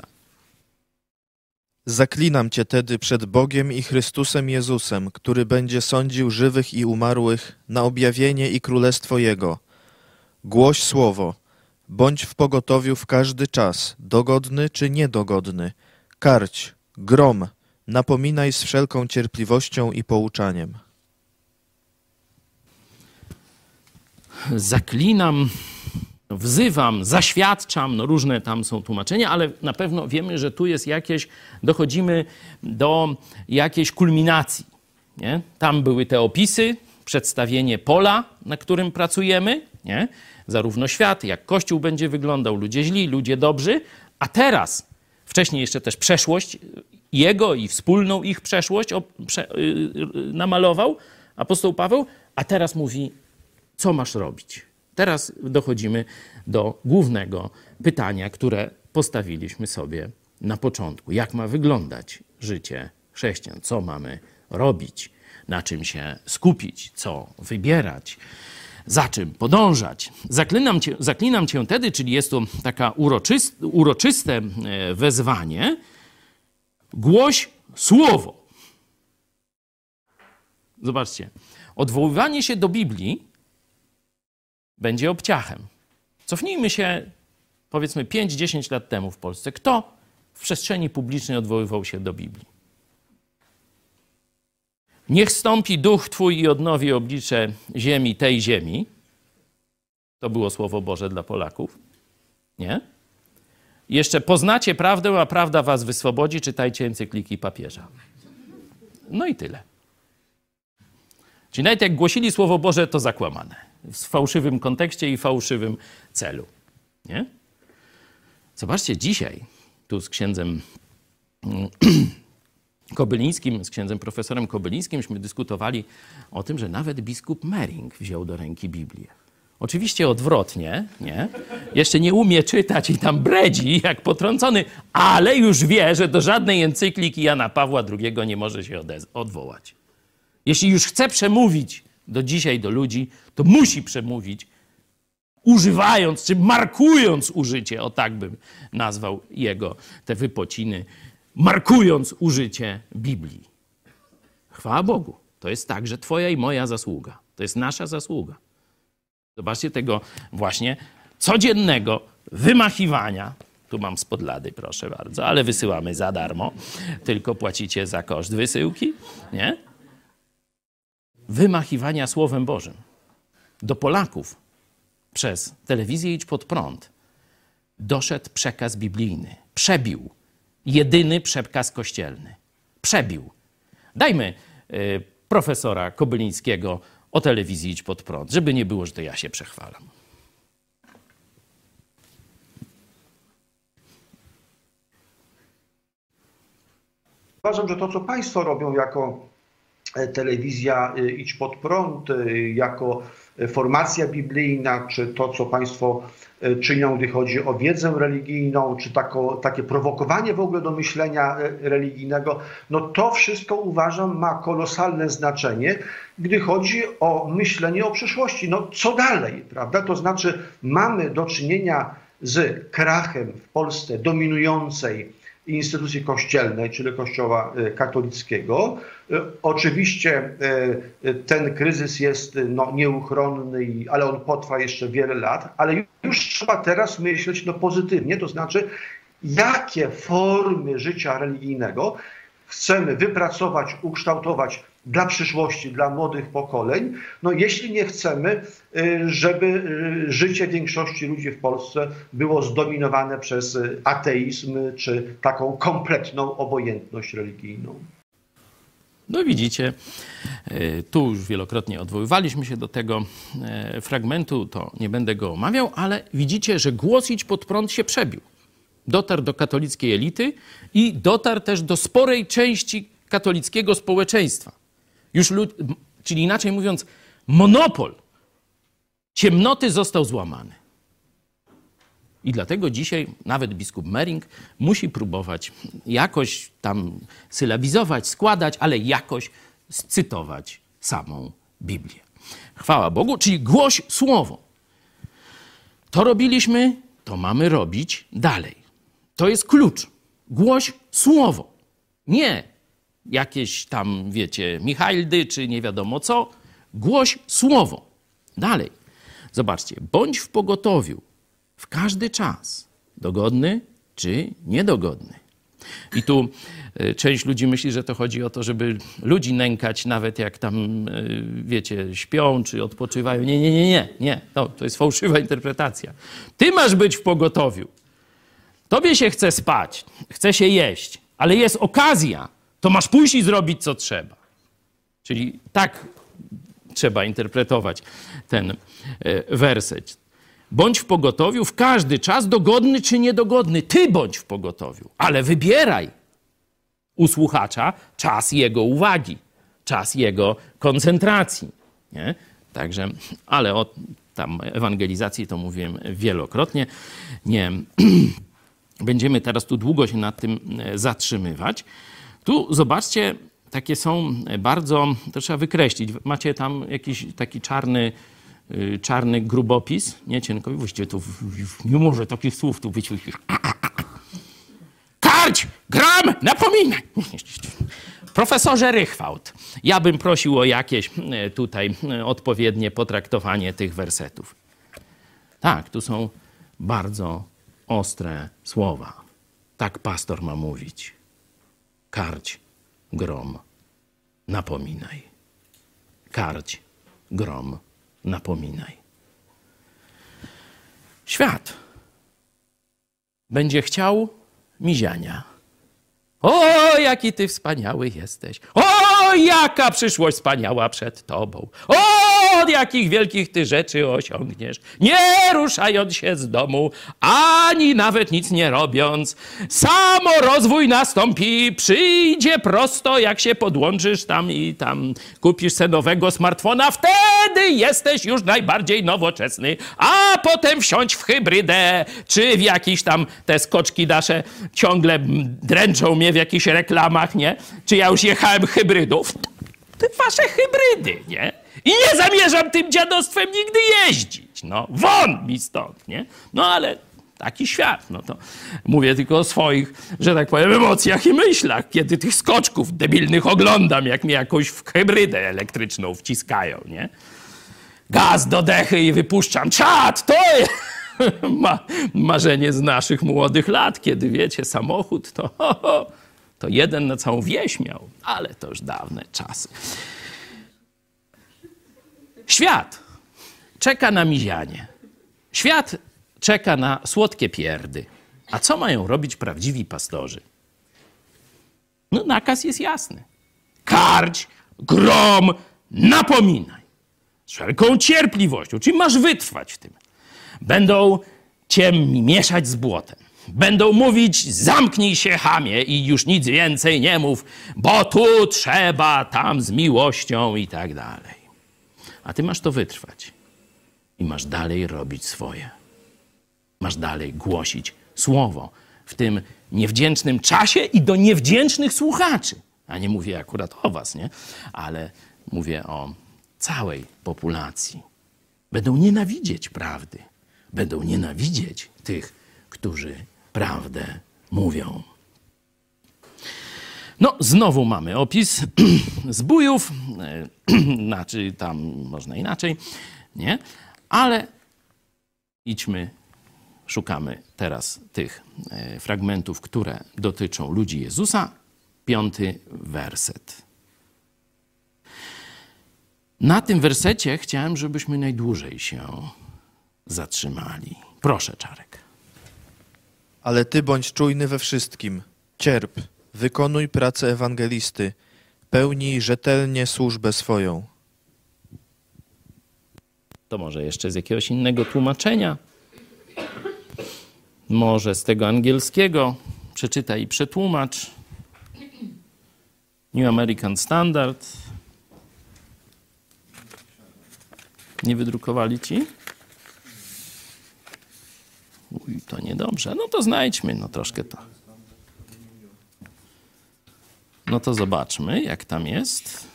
Zaklinam cię tedy przed Bogiem i Chrystusem Jezusem, który będzie sądził żywych i umarłych na objawienie i królestwo Jego. Głoś słowo, bądź w pogotowiu w każdy czas, dogodny czy niedogodny. Karć, grom, napominaj z wszelką cierpliwością i pouczaniem. Zaklinam, wzywam, zaświadczam, no różne tam są tłumaczenia, ale na pewno wiemy, że tu jest dochodzimy do jakiejś kulminacji. Nie? Tam były te opisy, przedstawienie pola, na którym pracujemy, nie? Zarówno świat, jak Kościół będzie wyglądał, ludzie źli, ludzie dobrzy, a teraz, wcześniej jeszcze też przeszłość Jego i wspólną ich przeszłość namalował apostoł Paweł, a teraz mówi, co masz robić? Teraz dochodzimy do głównego pytania, które postawiliśmy sobie na początku. Jak ma wyglądać życie chrześcijan? Co mamy robić? Na czym się skupić? Co wybierać? Za czym podążać? Zaklinam cię tedy, czyli jest to taka uroczyste wezwanie, głoś słowo. Zobaczcie, odwoływanie się do Biblii będzie obciachem. Cofnijmy się, powiedzmy, 5-10 lat temu w Polsce. Kto w przestrzeni publicznej odwoływał się do Biblii? Niech stąpi duch Twój i odnowi oblicze ziemi, tej ziemi. To było Słowo Boże dla Polaków. Nie? Jeszcze poznacie prawdę, a prawda was wyswobodzi. Czytajcie encykliki papieża. No i tyle. Czyli nawet jak głosili Słowo Boże, to zakłamane. W fałszywym kontekście i fałszywym celu. Nie? Zobaczcie, dzisiaj tu z księdzem Kobylińskim, z księdzem profesorem Kobylińskimśmy dyskutowali o tym, że nawet biskup Mering wziął do ręki Biblię. Oczywiście odwrotnie, nie? Jeszcze nie umie czytać i tam bredzi jak potrącony, ale już wie, że do żadnej encykliki Jana Pawła II nie może się odwołać. Jeśli już chce przemówić dzisiaj do ludzi, to musi przemówić używając, czy markując użycie, o tak bym nazwał jego te wypociny, markując użycie Biblii. Chwała Bogu. To jest także twoja i moja zasługa. To jest nasza zasługa. Zobaczcie tego właśnie codziennego wymachiwania. Tu mam spod lady, proszę bardzo, ale wysyłamy za darmo. Tylko płacicie za koszt wysyłki, nie? Wymachiwania Słowem Bożym. Do Polaków przez telewizję Idź Pod Prąd doszedł przekaz biblijny. Przebił. Jedyny przekaz kościelny. Przebił. Dajmy profesora Kobylińskiego o telewizji Idź Pod Prąd, żeby nie było, że to ja się przechwalam. Uważam, że to, co państwo robią jako telewizja Idź Pod Prąd, jako formacja biblijna, czy to, co państwo czynią, gdy chodzi o wiedzę religijną, czy takie prowokowanie w ogóle do myślenia religijnego, no to wszystko uważam ma kolosalne znaczenie, gdy chodzi o myślenie o przyszłości. No co dalej, prawda? To znaczy mamy do czynienia z krachem w Polsce dominującej instytucji kościelnej, czyli Kościoła katolickiego. Oczywiście ten kryzys jest nieuchronny, ale on potrwa jeszcze wiele lat, ale już trzeba teraz myśleć pozytywnie, to znaczy jakie formy życia religijnego chcemy wypracować, ukształtować dla przyszłości, dla młodych pokoleń, jeśli nie chcemy, żeby życie większości ludzi w Polsce było zdominowane przez ateizm czy taką kompletną obojętność religijną. No widzicie, tu już wielokrotnie odwoływaliśmy się do tego fragmentu, to nie będę go omawiał, ale widzicie, że głos Idź Pod Prąd się przebił. Dotarł do katolickiej elity i dotarł też do sporej części katolickiego społeczeństwa. Czyli inaczej mówiąc, monopol ciemnoty został złamany. I dlatego dzisiaj nawet biskup Mering musi próbować jakoś tam sylabizować, składać, ale jakoś scytować samą Biblię. Chwała Bogu, czyli głoś słowo. To robiliśmy, to mamy robić dalej. To jest klucz. Głoś słowo. Nie jakieś tam, wiecie, Michajldy czy nie wiadomo co. Głoś słowo. Dalej. Zobaczcie. Bądź w pogotowiu w każdy czas. Dogodny czy niedogodny. I tu część ludzi myśli, że to chodzi o to, żeby ludzi nękać, nawet jak tam, wiecie, śpią czy odpoczywają. Nie. To jest fałszywa interpretacja. Ty masz być w pogotowiu. Tobie się chce spać, chce się jeść, ale jest okazja, to masz pójść i zrobić, co trzeba. Czyli tak trzeba interpretować ten werset. Bądź w pogotowiu w każdy czas, dogodny czy niedogodny. Ty bądź w pogotowiu, ale wybieraj u słuchacza czas jego uwagi, czas jego koncentracji. Nie? Także, ale o tam ewangelizacji to mówiłem wielokrotnie. Nie będziemy teraz tu długo się nad tym zatrzymywać. Tu zobaczcie, takie są bardzo, to trzeba wykreślić. Macie tam jakiś taki czarny grubopis, nie cienkowy, właściwie to nie może takich słów tu być. Karć, gram, napominaj. Profesorze Rychwałt, ja bym prosił o jakieś tutaj odpowiednie potraktowanie tych wersetów. Tak, tu są bardzo ostre słowa. Tak pastor ma mówić. Karć, grom, napominaj. Karć, grom, napominaj. Świat będzie chciał miziania. O, jaki ty wspaniały jesteś. O, jaka przyszłość wspaniała przed tobą. Od jakich wielkich ty rzeczy osiągniesz, nie ruszając się z domu, ani nawet nic nie robiąc. Samo rozwój nastąpi, przyjdzie prosto, jak się podłączysz tam i tam kupisz sobie nowego smartfona, wtedy jesteś już najbardziej nowoczesny, a potem wsiądź w hybrydę, czy w jakiś tam, te skoczki nasze ciągle dręczą mnie w jakichś reklamach, nie? Czy ja już jechałem hybrydów? Te wasze hybrydy, nie? I nie zamierzam tym dziadostwem nigdy jeździć. No, won mi stąd, nie? No, ale taki świat, no to mówię tylko o swoich, że tak powiem, emocjach i myślach, kiedy tych skoczków debilnych oglądam, jak mnie jakąś w hybrydę elektryczną wciskają, nie? Gaz do dechy i wypuszczam czad, to jest marzenie z naszych młodych lat, kiedy, wiecie, samochód to jeden na całą wieś miał, ale to już dawne czasy. Świat czeka na mizianie. Świat czeka na słodkie pierdy. A co mają robić prawdziwi pastorzy? No, nakaz jest jasny. Karć, grom, napominaj. Z wszelką cierpliwością, czyli masz wytrwać w tym. Będą cię mieszać z błotem. Będą mówić, zamknij się, chamie, i już nic więcej nie mów, bo tu trzeba, tam z miłością i tak dalej. A ty masz to wytrwać. I masz dalej robić swoje. Masz dalej głosić słowo w tym niewdzięcznym czasie i do niewdzięcznych słuchaczy. A nie mówię akurat o was, nie? Ale mówię o całej populacji. Będą nienawidzieć prawdy. Będą nienawidzieć tych, którzy prawdę mówią. No, znowu mamy opis zbójów, znaczy tam można inaczej, nie? Ale idźmy, szukamy teraz tych fragmentów, które dotyczą ludzi Jezusa. 5. werset. Na tym wersecie chciałem, żebyśmy najdłużej się zatrzymali. Proszę, Czarek. Ale ty bądź czujny we wszystkim, cierp, wykonuj pracę ewangelisty, pełnij rzetelnie służbę swoją. To może jeszcze z jakiegoś innego tłumaczenia. Może z tego angielskiego. Przeczytaj i przetłumacz. New American Standard. Nie wydrukowali ci? Uj, to niedobrze. No to znajdźmy, no troszkę to. No to zobaczmy, jak tam jest.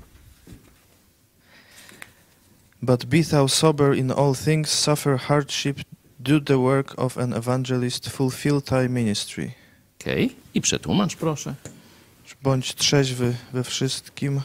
But be thou sober in all things, suffer hardship, do the work of an evangelist, fulfill thy ministry. Okej. I przetłumacz, proszę. Bądź trzeźwy we wszystkim,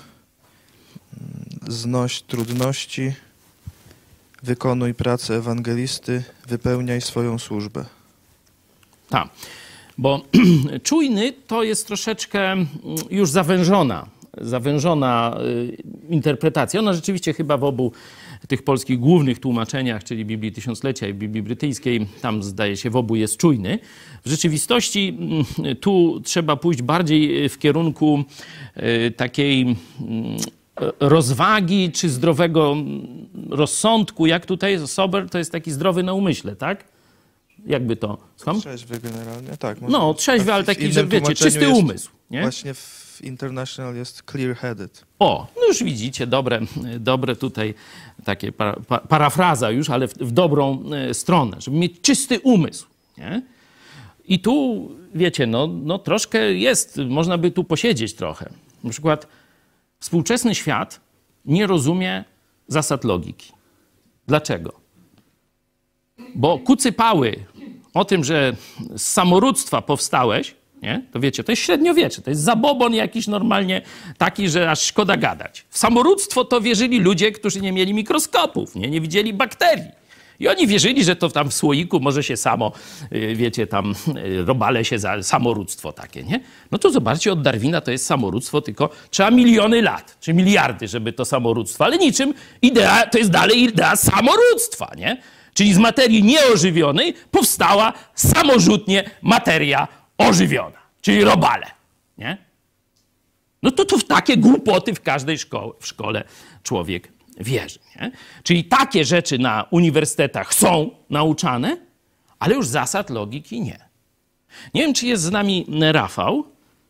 znoś trudności, wykonuj pracę ewangelisty, wypełniaj swoją służbę. Tak, bo czujny to jest troszeczkę już zawężona interpretacja. Ona rzeczywiście chyba w obu tych polskich głównych tłumaczeniach, czyli Biblii Tysiąclecia i Biblii Brytyjskiej, tam zdaje się w obu jest czujny. W rzeczywistości tu trzeba pójść bardziej w kierunku takiej rozwagi czy zdrowego rozsądku. Jak tutaj sober to jest taki zdrowy na umyśle, tak? Jakby to... Słucham? Trzeźwy generalnie, tak. No, trzeźwy, ale taki, że wiecie, czysty umysł. Nie? Właśnie w International jest clear-headed. O, no już widzicie, dobre tutaj takie parafraza już, ale w dobrą stronę, żeby mieć czysty umysł. Nie? I tu, wiecie, no troszkę jest, można by tu posiedzieć trochę. Na przykład współczesny świat nie rozumie zasad logiki. Dlaczego? Bo kucypały o tym, że z samorództwa powstałeś, nie? To wiecie, to jest średniowiecze, to jest zabobon jakiś normalnie taki, że aż szkoda gadać. W samorództwo to wierzyli ludzie, którzy nie mieli mikroskopów, nie widzieli bakterii. I oni wierzyli, że to tam w słoiku może się samo, wiecie, tam robale się za samorództwo takie, nie? No to zobaczcie, od Darwina to jest samorództwo, tylko trzeba miliony lat, czy miliardy, żeby to samorództwo, ale niczym idea, to jest dalej idea samorództwa, nie? Czyli z materii nieożywionej powstała samorzutnie materia ożywiona, czyli robale, nie? No to w takie głupoty w każdej szkole człowiek wierzy. Nie? Czyli takie rzeczy na uniwersytetach są nauczane, ale już zasad logiki nie. Nie wiem, czy jest z nami Rafał.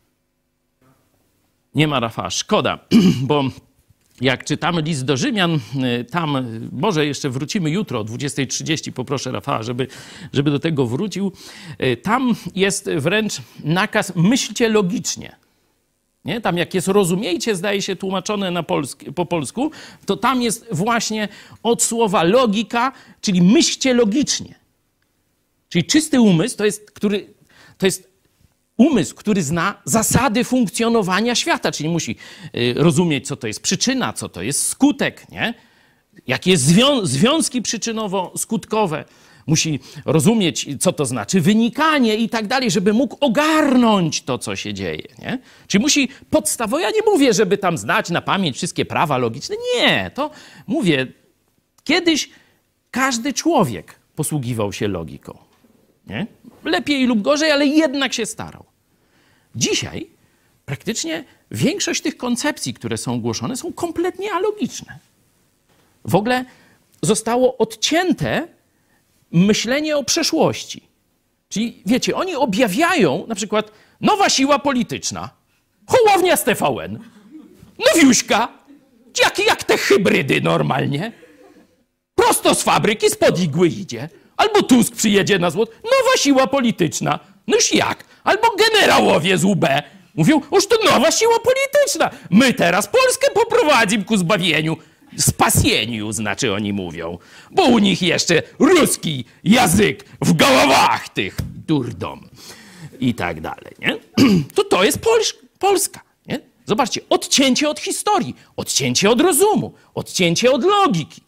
Nie ma Rafała, szkoda, bo jak czytamy list do Rzymian, tam może jeszcze wrócimy jutro o 20:30, poproszę Rafała, żeby do tego wrócił. Tam jest wręcz nakaz myślcie logicznie. Nie? Tam jak jest rozumiejcie, zdaje się tłumaczone po polsku, to tam jest właśnie od słowa logika, czyli myślcie logicznie. Czyli czysty umysł to jest umysł, który zna zasady funkcjonowania świata, czyli musi rozumieć, co to jest przyczyna, co to jest skutek, nie? Jakie związki przyczynowo-skutkowe. Musi rozumieć, co to znaczy wynikanie i tak dalej, żeby mógł ogarnąć to, co się dzieje. Nie? Czyli musi podstawowo, ja nie mówię, żeby tam znać na pamięć wszystkie prawa logiczne. Nie, to mówię, kiedyś każdy człowiek posługiwał się logiką. Nie? Lepiej lub gorzej, ale jednak się starał. Dzisiaj praktycznie większość tych koncepcji, które są głoszone, są kompletnie alogiczne. W ogóle zostało odcięte myślenie o przeszłości. Czyli wiecie, oni objawiają na przykład nowa siła polityczna, Hołownia z TVN, Nowiuśka, jak te hybrydy normalnie, prosto z fabryki, spod igły idzie. Albo Tusk przyjedzie na złot, nowa siła polityczna. No już jak? Albo generałowie z UB mówią, oż to nowa siła polityczna. My teraz Polskę poprowadzimy ku zbawieniu. Spasieniu, znaczy oni mówią. Bo u nich jeszcze ruski język w głowach tych durdom. I tak dalej, nie? To jest Polska, nie? Zobaczcie, odcięcie od historii, odcięcie od rozumu, odcięcie od logiki.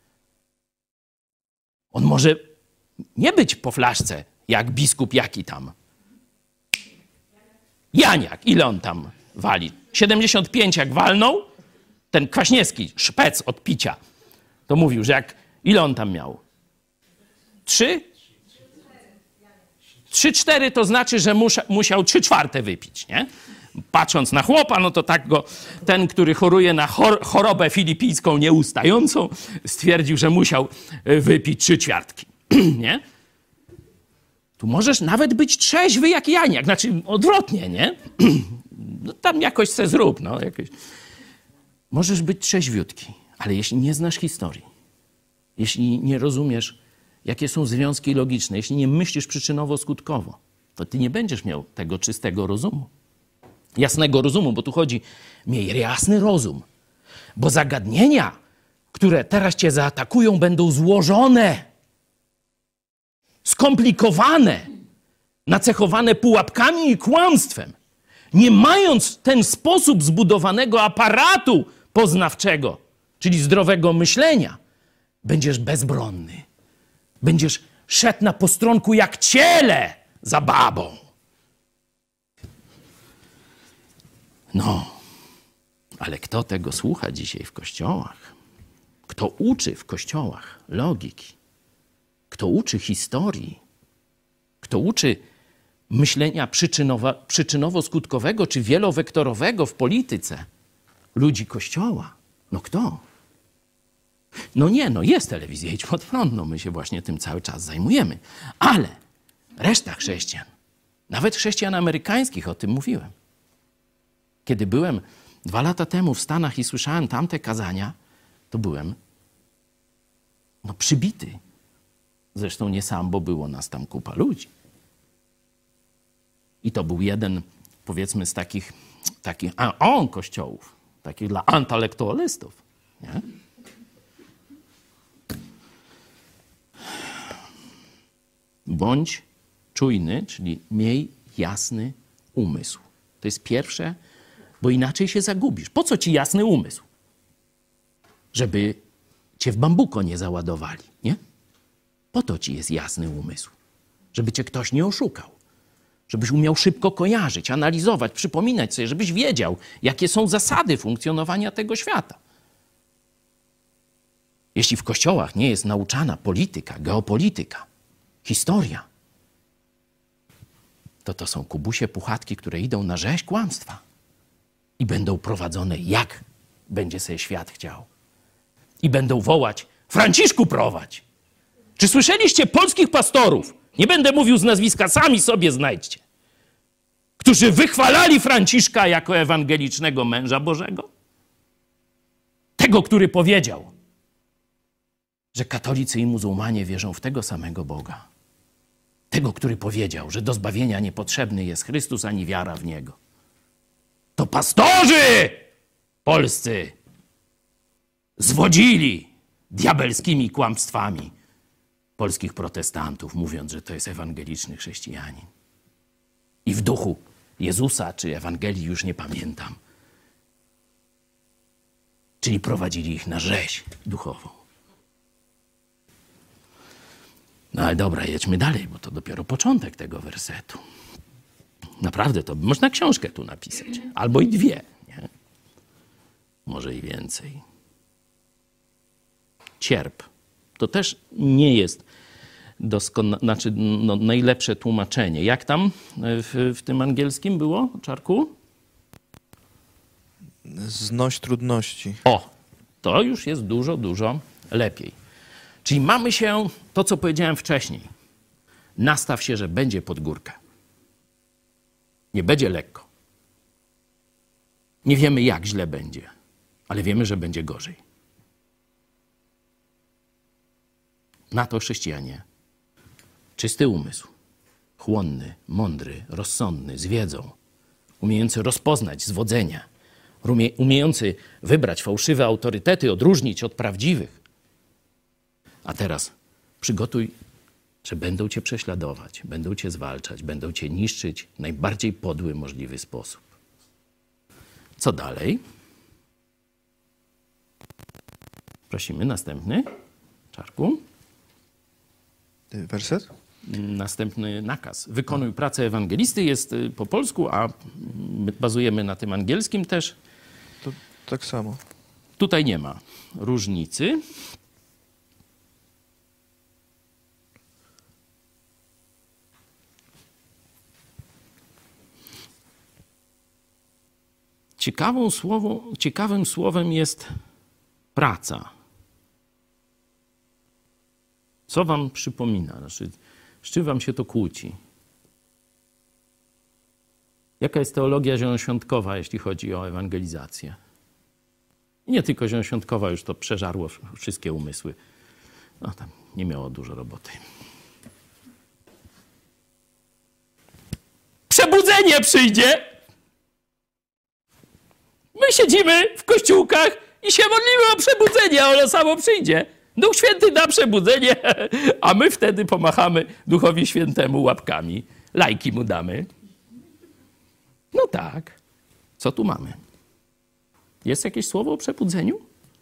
On może nie być po flaszce, jak biskup jaki tam. Janiak, ile on tam wali? 75 jak walnął, ten Kwaśniewski, szpec od picia, to mówił, że ile on tam miał? 3? 3-4 to znaczy, że musiał 3/4 wypić, nie? Patrząc na chłopa, no to tak go ten, który choruje na chorobę filipińską nieustającą, stwierdził, że musiał wypić 3/4, nie? Tu możesz nawet być trzeźwy jak Janiak, znaczy odwrotnie, nie? No tam jakoś se zrób, no jakoś. Możesz być trzeźwiutki, ale jeśli nie znasz historii, jeśli nie rozumiesz, jakie są związki logiczne, jeśli nie myślisz przyczynowo-skutkowo, to ty nie będziesz miał tego czystego rozumu. Jasnego rozumu, bo tu chodzi, miej jasny rozum, bo zagadnienia, które teraz cię zaatakują, będą złożone, skomplikowane, nacechowane pułapkami i kłamstwem. Nie mając w ten sposób zbudowanego aparatu poznawczego, czyli zdrowego myślenia, będziesz bezbronny. Będziesz szedł na postronku jak ciele za babą. No, ale kto tego słucha dzisiaj w kościołach? Kto uczy w kościołach logiki? Kto uczy historii? Kto uczy myślenia przyczynowo-skutkowego czy wielowektorowego w polityce ludzi Kościoła? No kto? No nie, no jest telewizja Idź Pod Prąd, no my się właśnie tym cały czas zajmujemy. Ale reszta chrześcijan, nawet chrześcijan amerykańskich, o tym mówiłem. Kiedy byłem 2 lata temu w Stanach i słyszałem tamte kazania, to byłem przybity. Zresztą nie sam, bo było nas tam kupa ludzi. I to był jeden, powiedzmy, z takich kościołów, takich dla intelektualistów. Nie? Bądź czujny, czyli miej jasny umysł. To jest pierwsze, bo inaczej się zagubisz. Po co ci jasny umysł? Żeby cię w bambuko nie załadowali, nie? Po to ci jest jasny umysł. Żeby cię ktoś nie oszukał. Żebyś umiał szybko kojarzyć, analizować, przypominać sobie, żebyś wiedział, jakie są zasady funkcjonowania tego świata. Jeśli w kościołach nie jest nauczana polityka, geopolityka, historia, to są kubusie puchatki, które idą na rzeź kłamstwa. i będą prowadzone, jak będzie sobie świat chciał. I będą wołać: Franciszku, prowadź! Czy słyszeliście polskich pastorów? Nie będę mówił z nazwiska, sami sobie znajdźcie. Którzy wychwalali Franciszka jako ewangelicznego męża Bożego? Tego, który powiedział, że katolicy i muzułmanie wierzą w tego samego Boga. Tego, który powiedział, że do zbawienia niepotrzebny jest Chrystus ani wiara w Niego. To pastorzy polscy zwodzili diabelskimi kłamstwami polskich protestantów, mówiąc, że to jest ewangeliczny chrześcijanin. I w duchu Jezusa czy Ewangelii już nie pamiętam. Czyli prowadzili ich na rzeź duchową. No ale dobra, jedźmy dalej, bo to dopiero początek tego wersetu. Naprawdę, to można książkę tu napisać. Albo i dwie, nie? Może i więcej. Cierp. To też nie jest najlepsze tłumaczenie. Jak tam w tym angielskim było, Czarku? Znoś trudności. O, to już jest dużo, dużo lepiej. Czyli mamy się, to co powiedziałem wcześniej, nastaw się, że będzie pod górkę. Nie będzie lekko. Nie wiemy, jak źle będzie, ale wiemy, że będzie gorzej. Na to chrześcijanie czysty umysł, chłonny, mądry, rozsądny, z wiedzą, umiejący rozpoznać zwodzenia, umiejący wybrać fałszywe autorytety, odróżnić od prawdziwych. A teraz przygotuj, że będą cię prześladować, będą cię zwalczać, będą cię niszczyć w najbardziej podły możliwy sposób. Co dalej? Prosimy, następny. Czarku. Werset? Następny nakaz. Wykonuj pracę ewangelisty. Jest po polsku, a my bazujemy na tym angielskim też. To tak samo. Tutaj nie ma różnicy. Ciekawym słowem jest praca. Co wam przypomina? Znaczy, z czym wam się to kłóci? Jaka jest teologia zielonoświątkowa, jeśli chodzi o ewangelizację? I nie tylko zielonoświątkowa, już to przeżarło wszystkie umysły. No tam nie miało dużo roboty. Przebudzenie przyjdzie! My siedzimy w kościółkach i się modlimy o przebudzenie, a ono samo przyjdzie. Duch Święty da przebudzenie, a my wtedy pomachamy Duchowi Świętemu łapkami. Lajki mu damy. No tak. Co tu mamy? Jest jakieś słowo o przebudzeniu?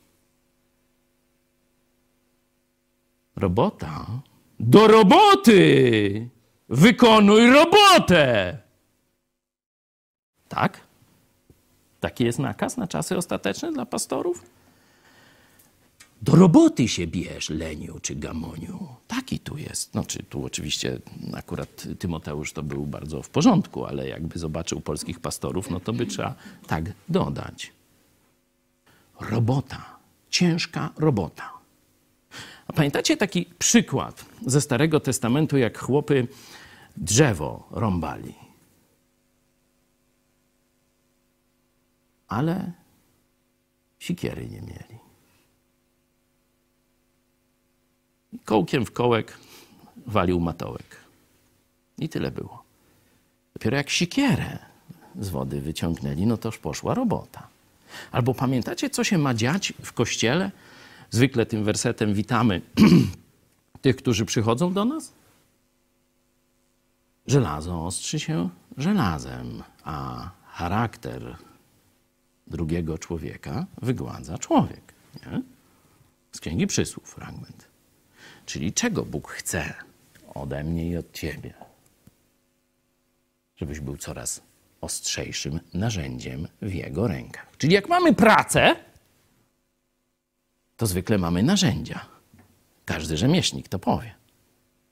Robota. Do roboty! Wykonuj robotę! Tak? Taki jest nakaz na czasy ostateczne dla pastorów? Do roboty się bierz, leniu czy gamoniu. Taki tu jest. No, czy tu oczywiście akurat Tymoteusz to był bardzo w porządku, ale jakby zobaczył polskich pastorów, no to by trzeba tak dodać. Robota. Ciężka robota. A pamiętacie taki przykład ze Starego Testamentu, jak chłopy drzewo rąbali? Ale sikiery nie mieli. Kołkiem w kołek walił matołek. I tyle było. Dopiero jak sikierę z wody wyciągnęli, no to już poszła robota. Albo pamiętacie, co się ma dziać w kościele? Zwykle tym wersetem witamy tych, którzy przychodzą do nas. Żelazo ostrzy się żelazem, a charakter drugiego człowieka wygładza człowiek. Nie? Z Księgi Przysłów fragment. Czyli czego Bóg chce ode mnie i od ciebie? Żebyś był coraz ostrzejszym narzędziem w Jego rękach. Czyli jak mamy pracę, to zwykle mamy narzędzia. Każdy rzemieślnik to powie.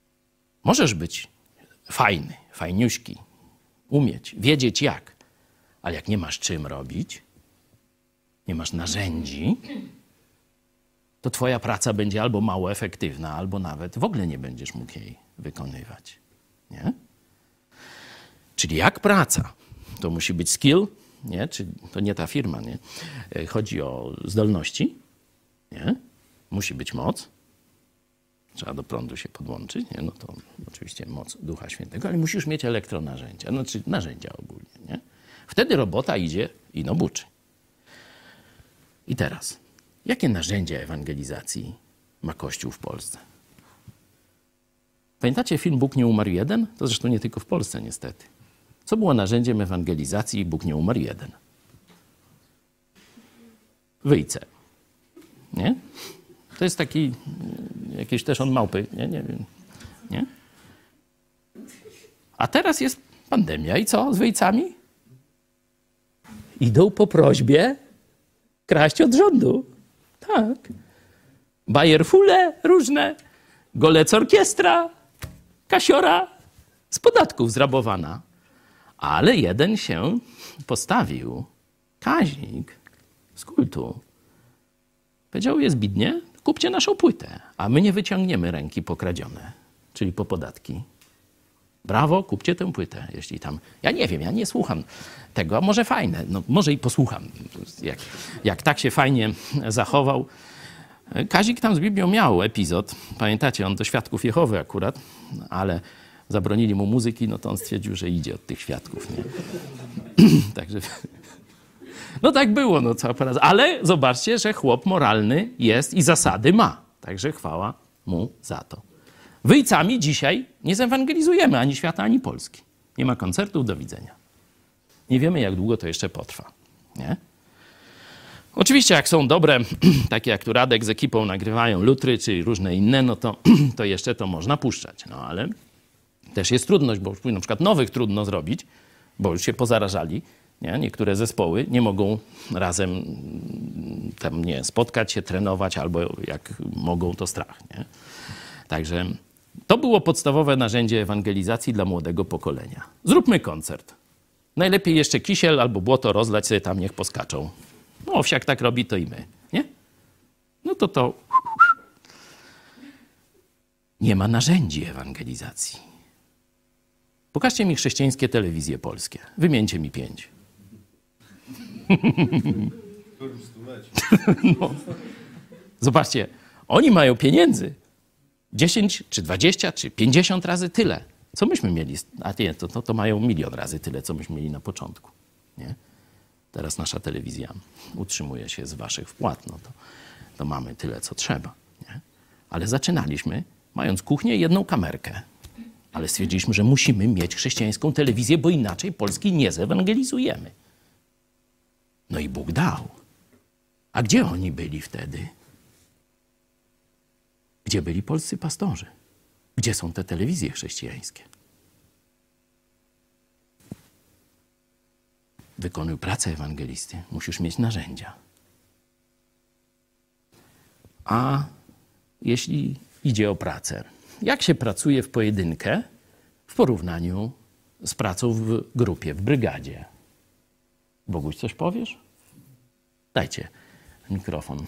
Możesz być fajny, fajniuśki, umieć, wiedzieć jak, Ale jak nie masz czym robić, nie masz narzędzi, to twoja praca będzie albo mało efektywna, albo nawet w ogóle nie będziesz mógł jej wykonywać. Nie? Czyli jak praca, to musi być skill, nie? Czy to nie ta firma, nie? Chodzi o zdolności, nie? Musi być moc. Trzeba do prądu się podłączyć, nie? No to oczywiście moc Ducha Świętego, ale musisz mieć elektronarzędzia, znaczy narzędzia ogólnie, nie? Wtedy robota idzie i no buczy. I teraz, jakie narzędzia ewangelizacji ma Kościół w Polsce? Pamiętacie film Bóg nie umarł jeden? To zresztą nie tylko w Polsce niestety. Co było narzędziem ewangelizacji Bóg nie umarł jeden? Wyjce. Nie? To jest taki, jakieś też on małpy, nie wiem. Nie? A teraz jest pandemia i co z wyjcami? Idą po prośbie kraść od rządu. Tak. Bajerfule różne, golec orkiestra, kasiora z podatków zrabowana. Ale jeden się postawił, Kazik z kultu. Powiedział, jest bidnie, kupcie naszą płytę, a my nie wyciągniemy ręki pokradzione, czyli po podatki. Brawo, kupcie tę płytę, jeśli tam... Ja nie wiem, ja nie słucham tego, a może fajne, no może i posłucham. Jak tak się fajnie zachował. Kazik tam z Biblią miał epizod, pamiętacie, on do Świadków Jehowy akurat, ale zabronili mu muzyki, no to on stwierdził, że idzie od tych świadków, nie? Także... No tak było, no cała praca. Ale zobaczcie, że chłop moralny jest i zasady ma. Także chwała mu za to. Wyjcami dzisiaj nie zewangelizujemy ani świata, ani Polski. Nie ma koncertów, do widzenia. Nie wiemy, jak długo to jeszcze potrwa. Nie? Oczywiście, jak są dobre, takie jak tu Radek z ekipą nagrywają lutry, czy różne inne, no to jeszcze to można puszczać. No ale też jest trudność, bo na przykład nowych trudno zrobić, bo już się pozarażali. Nie? Niektóre zespoły nie mogą razem tam, nie, spotkać się, trenować, albo jak mogą, to strach. Nie? Także to było podstawowe narzędzie ewangelizacji dla młodego pokolenia. Zróbmy koncert. Najlepiej jeszcze kisiel albo błoto rozlać, sobie tam niech poskaczą. No owsiak tak robi, to i my. Nie? No to nie ma narzędzi ewangelizacji. Pokażcie mi chrześcijańskie telewizje polskie. Wymieńcie mi 5. No. Zobaczcie, oni mają pieniędzy 10, czy 20, czy 50 razy tyle, co myśmy mieli. A nie, to mają 1 000 000 razy tyle, co myśmy mieli na początku. Nie? Teraz nasza telewizja utrzymuje się z waszych wpłat. No to mamy tyle, co trzeba. Nie? Ale zaczynaliśmy, mając kuchnię i 1 kamerkę. Ale stwierdziliśmy, że musimy mieć chrześcijańską telewizję, bo inaczej Polski nie zewangelizujemy. No i Bóg dał. A gdzie oni byli wtedy? Gdzie byli polscy pastorzy? Gdzie są te telewizje chrześcijańskie? Wykonuj pracę ewangelisty. Musisz mieć narzędzia. A jeśli idzie o pracę, jak się pracuje w pojedynkę w porównaniu z pracą w grupie, w brygadzie? Boguś, coś powiesz? Dajcie mikrofon.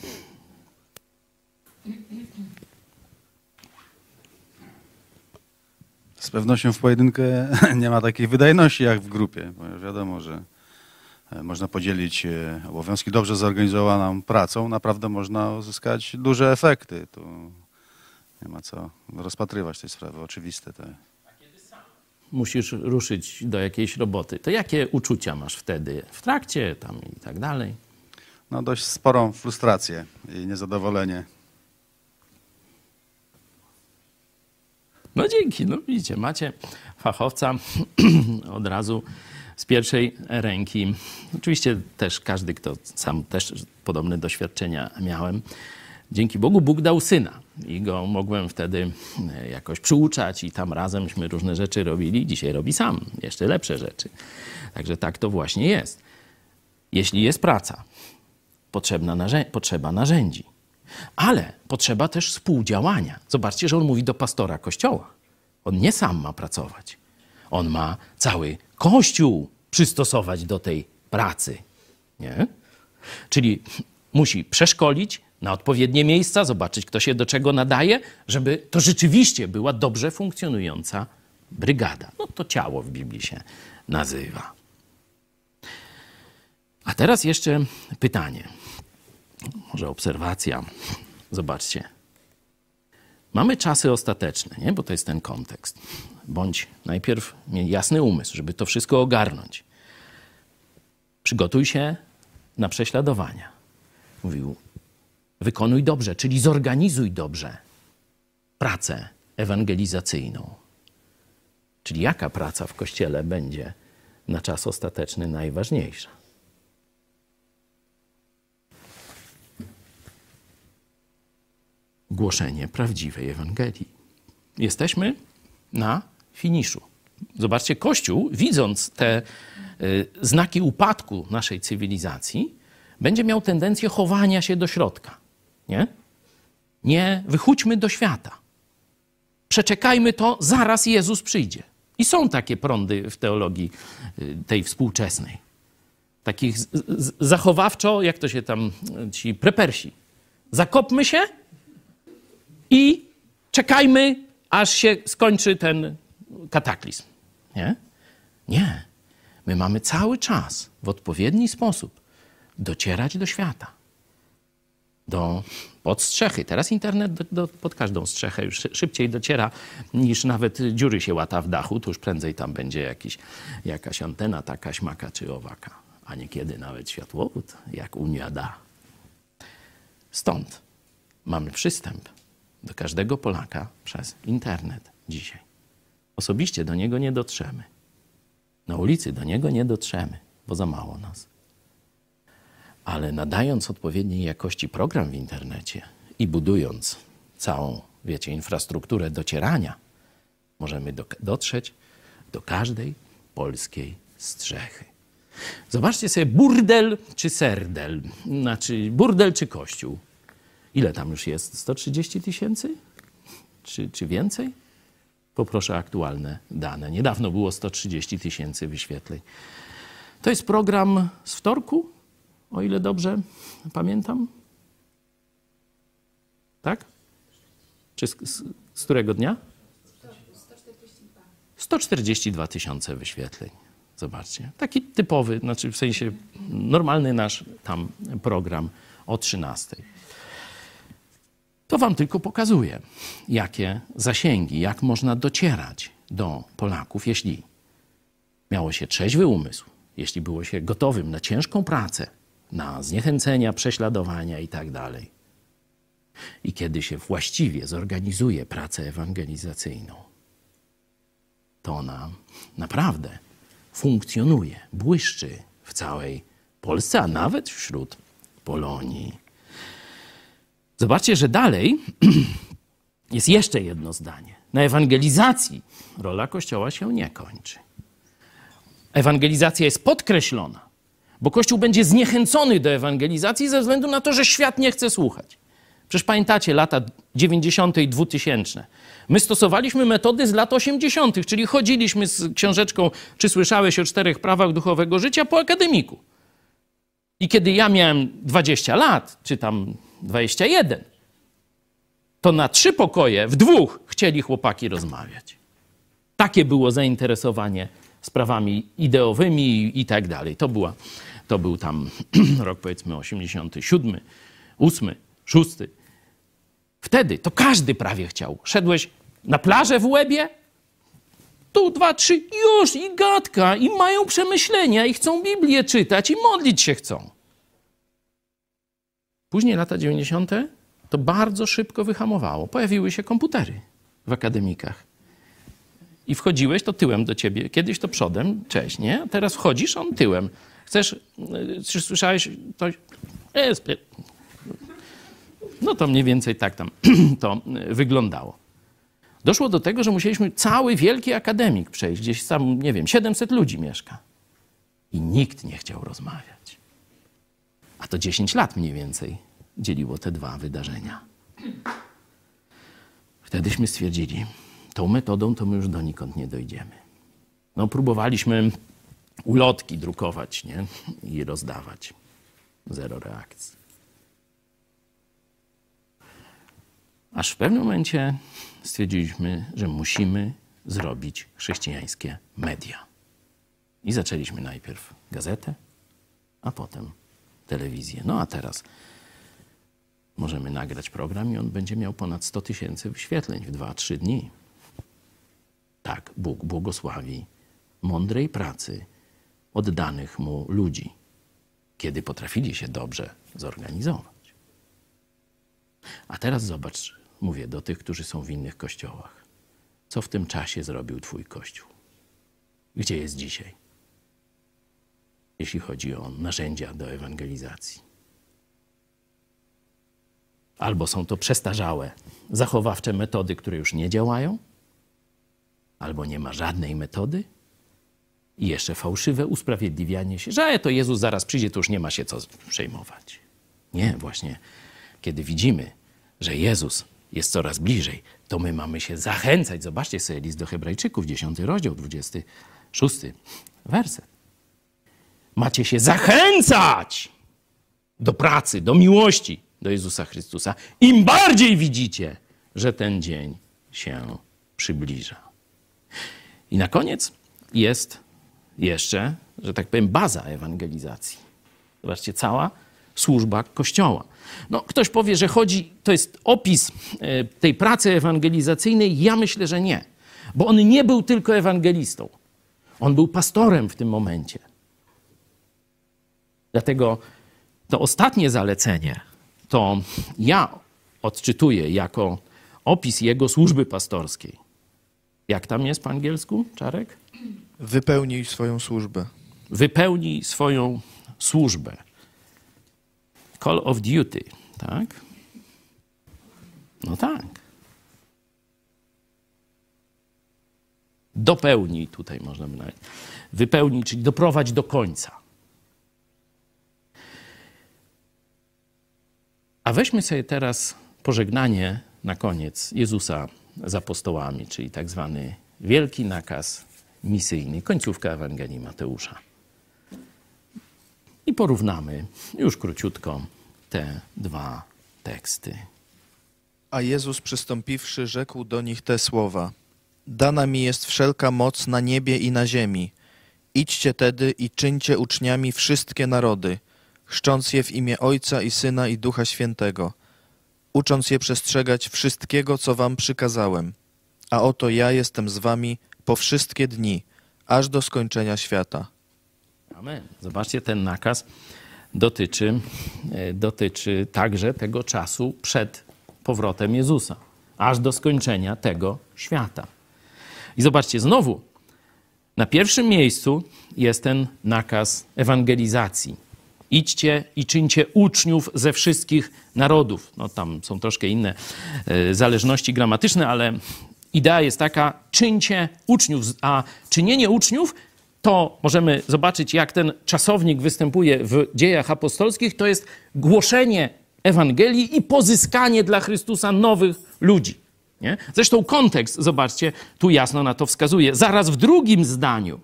Z pewnością w pojedynkę nie ma takiej wydajności jak w grupie, bo wiadomo, że można podzielić obowiązki dobrze zorganizowaną pracą. Naprawdę można uzyskać duże efekty. Tu nie ma co rozpatrywać tej sprawy, oczywiste to. Musisz ruszyć do jakiejś roboty. To jakie uczucia masz wtedy? W trakcie tam i tak dalej? No dość sporą frustrację i niezadowolenie. No dzięki, no widzicie, macie fachowca od razu z pierwszej ręki. Oczywiście też każdy, kto sam też podobne doświadczenia miałem. Dzięki Bogu Bóg dał syna i go mogłem wtedy jakoś przyuczać i tam razemśmy różne rzeczy robili. Dzisiaj robi sam, jeszcze lepsze rzeczy. Także tak to właśnie jest. Jeśli jest praca, potrzeba narzędzi, ale potrzeba też współdziałania. Zobaczcie, że on mówi do pastora kościoła. On nie sam ma pracować. On ma cały kościół przystosować do tej pracy. Nie? Czyli musi przeszkolić na odpowiednie miejsca, zobaczyć, kto się do czego nadaje, żeby to rzeczywiście była dobrze funkcjonująca brygada. No to ciało w Biblii się nazywa. A teraz jeszcze pytanie. Może obserwacja. Zobaczcie. Mamy czasy ostateczne, nie? Bo to jest ten kontekst. Bądź najpierw miej jasny umysł, żeby to wszystko ogarnąć. Przygotuj się na prześladowania. Mówił, wykonuj dobrze, czyli zorganizuj dobrze pracę ewangelizacyjną. Czyli jaka praca w Kościele będzie na czas ostateczny najważniejsza? Głoszenie prawdziwej Ewangelii. Jesteśmy na finiszu. Zobaczcie, Kościół, widząc te znaki upadku naszej cywilizacji, będzie miał tendencję chowania się do środka. Nie wychódźmy do świata. Przeczekajmy to, zaraz Jezus przyjdzie. I są takie prądy w teologii tej współczesnej. Takich zachowawczo, jak to się tam, ci prepersi. Zakopmy się i czekajmy, aż się skończy ten kataklizm. Nie? Nie. My mamy cały czas w odpowiedni sposób docierać do świata. Pod strzechy. Teraz internet pod każdą strzechę już szybciej dociera, niż nawet dziury się łata w dachu. To już prędzej tam będzie jakaś antena, taka śmaka czy owaka. A niekiedy nawet światłowód, jak Unia da. Stąd mamy przystęp do każdego Polaka przez internet dzisiaj. Osobiście do niego nie dotrzemy. Na ulicy do niego nie dotrzemy, bo za mało nas. Ale nadając odpowiedniej jakości program w internecie i budując całą, infrastrukturę docierania, możemy dotrzeć do każdej polskiej strzechy. Zobaczcie sobie burdel czy serdel, znaczy burdel czy kościół. Ile tam już jest? 130 000? Czy więcej? Poproszę aktualne dane. Niedawno było 130 000 wyświetleń. To jest program z wtorku, o ile dobrze pamiętam. Tak? Czy z którego dnia? 142 000 wyświetleń. Zobaczcie. Taki typowy, znaczy w sensie normalny nasz tam program o 13. To wam tylko pokazuje, jakie zasięgi, jak można docierać do Polaków, jeśli miało się trzeźwy umysł, jeśli było się gotowym na ciężką pracę, na zniechęcenia, prześladowania i tak dalej. I kiedy się właściwie zorganizuje pracę ewangelizacyjną, to ona naprawdę funkcjonuje, błyszczy w całej Polsce, a nawet wśród Polonii. Zobaczcie, że dalej jest jeszcze jedno zdanie. Na ewangelizacji rola Kościoła się nie kończy. Ewangelizacja jest podkreślona, bo Kościół będzie zniechęcony do ewangelizacji ze względu na to, że świat nie chce słuchać. Przecież pamiętacie lata 90. i 2000. My stosowaliśmy metody z lat 80., czyli chodziliśmy z książeczką Czy słyszałeś o 4 prawach duchowego życia po akademiku. I kiedy ja miałem 20 lat, czy tam 21, to na 3 pokoje w 2 chcieli chłopaki rozmawiać. Takie było zainteresowanie sprawami ideowymi i tak dalej. To był tam rok powiedzmy 87, 8, 6. Wtedy to każdy prawie chciał. Szedłeś na plażę w Łebie, tu 2, 3, już i gadka, i mają przemyślenia, i chcą Biblię czytać, i modlić się chcą. Później lata 90. to bardzo szybko wyhamowało. Pojawiły się komputery w akademikach. I wchodziłeś, to tyłem do ciebie. Kiedyś to przodem, cześć, nie? Teraz wchodzisz, on tyłem. Chcesz, czy słyszałeś coś? No to mniej więcej tak tam to wyglądało. Doszło do tego, że musieliśmy cały wielki akademik przejść. Gdzieś tam, 700 ludzi mieszka. I nikt nie chciał rozmawiać. A to 10 lat mniej więcej dzieliło te 2 wydarzenia. Wtedyśmy stwierdzili, tą metodą to my już donikąd nie dojdziemy. No próbowaliśmy ulotki drukować, nie? I rozdawać. Zero reakcji. Aż w pewnym momencie stwierdziliśmy, że musimy zrobić chrześcijańskie media. I zaczęliśmy najpierw gazetę, a potem telewizję. No a teraz możemy nagrać program i on będzie miał ponad 100 000 wyświetleń w 2-3 dni. Tak, Bóg błogosławi mądrej pracy oddanych Mu ludzi, kiedy potrafili się dobrze zorganizować. A teraz zobacz, mówię do tych, którzy są w innych kościołach. Co w tym czasie zrobił Twój Kościół? Gdzie jest dzisiaj? Jeśli chodzi o narzędzia do ewangelizacji. Albo są to przestarzałe, zachowawcze metody, które już nie działają, albo nie ma żadnej metody i jeszcze fałszywe usprawiedliwianie się, że to Jezus zaraz przyjdzie, to już nie ma się co przejmować. Nie, właśnie kiedy widzimy, że Jezus jest coraz bliżej, to my mamy się zachęcać. Zobaczcie sobie list do Hebrajczyków, 10 rozdział, 26 werset. Macie się zachęcać do pracy, do miłości do Jezusa Chrystusa. Im bardziej widzicie, że ten dzień się przybliża. I na koniec jest jeszcze, że tak powiem, baza ewangelizacji. Zobaczcie, cała służba Kościoła. No, ktoś powie, że chodzi, to jest opis tej pracy ewangelizacyjnej. Ja myślę, że nie. Bo on nie był tylko ewangelistą. On był pastorem w tym momencie. Dlatego to ostatnie zalecenie to ja odczytuję jako opis jego służby pastorskiej. Jak tam jest po angielsku, Czarek? Wypełnij swoją służbę. Wypełnij swoją służbę. Call of duty, tak? No tak. Dopełnij, tutaj można by nawet. Wypełnij, czyli doprowadź do końca. A weźmy sobie teraz pożegnanie na koniec Jezusa z apostołami, czyli tak zwany wielki nakaz misyjny, końcówka Ewangelii Mateusza. I porównamy już króciutko te dwa teksty. A Jezus przystąpiwszy, rzekł do nich te słowa. Dana mi jest wszelka moc na niebie i na ziemi. Idźcie tedy i czyńcie uczniami wszystkie narody, chrzcząc je w imię Ojca i Syna i Ducha Świętego, ucząc je przestrzegać wszystkiego, co wam przykazałem. A oto ja jestem z wami po wszystkie dni, aż do skończenia świata. Amen. Zobaczcie, ten nakaz dotyczy także tego czasu przed powrotem Jezusa, aż do skończenia tego świata. I zobaczcie, znowu, na pierwszym miejscu jest ten nakaz ewangelizacji. Idźcie i czyńcie uczniów ze wszystkich narodów. No tam są troszkę inne zależności gramatyczne, ale idea jest taka, czyńcie uczniów, a czynienie uczniów to możemy zobaczyć, jak ten czasownik występuje w Dziejach Apostolskich, to jest głoszenie Ewangelii i pozyskanie dla Chrystusa nowych ludzi. Nie? Zresztą kontekst, zobaczcie, tu jasno na to wskazuje. Zaraz w drugim zdaniu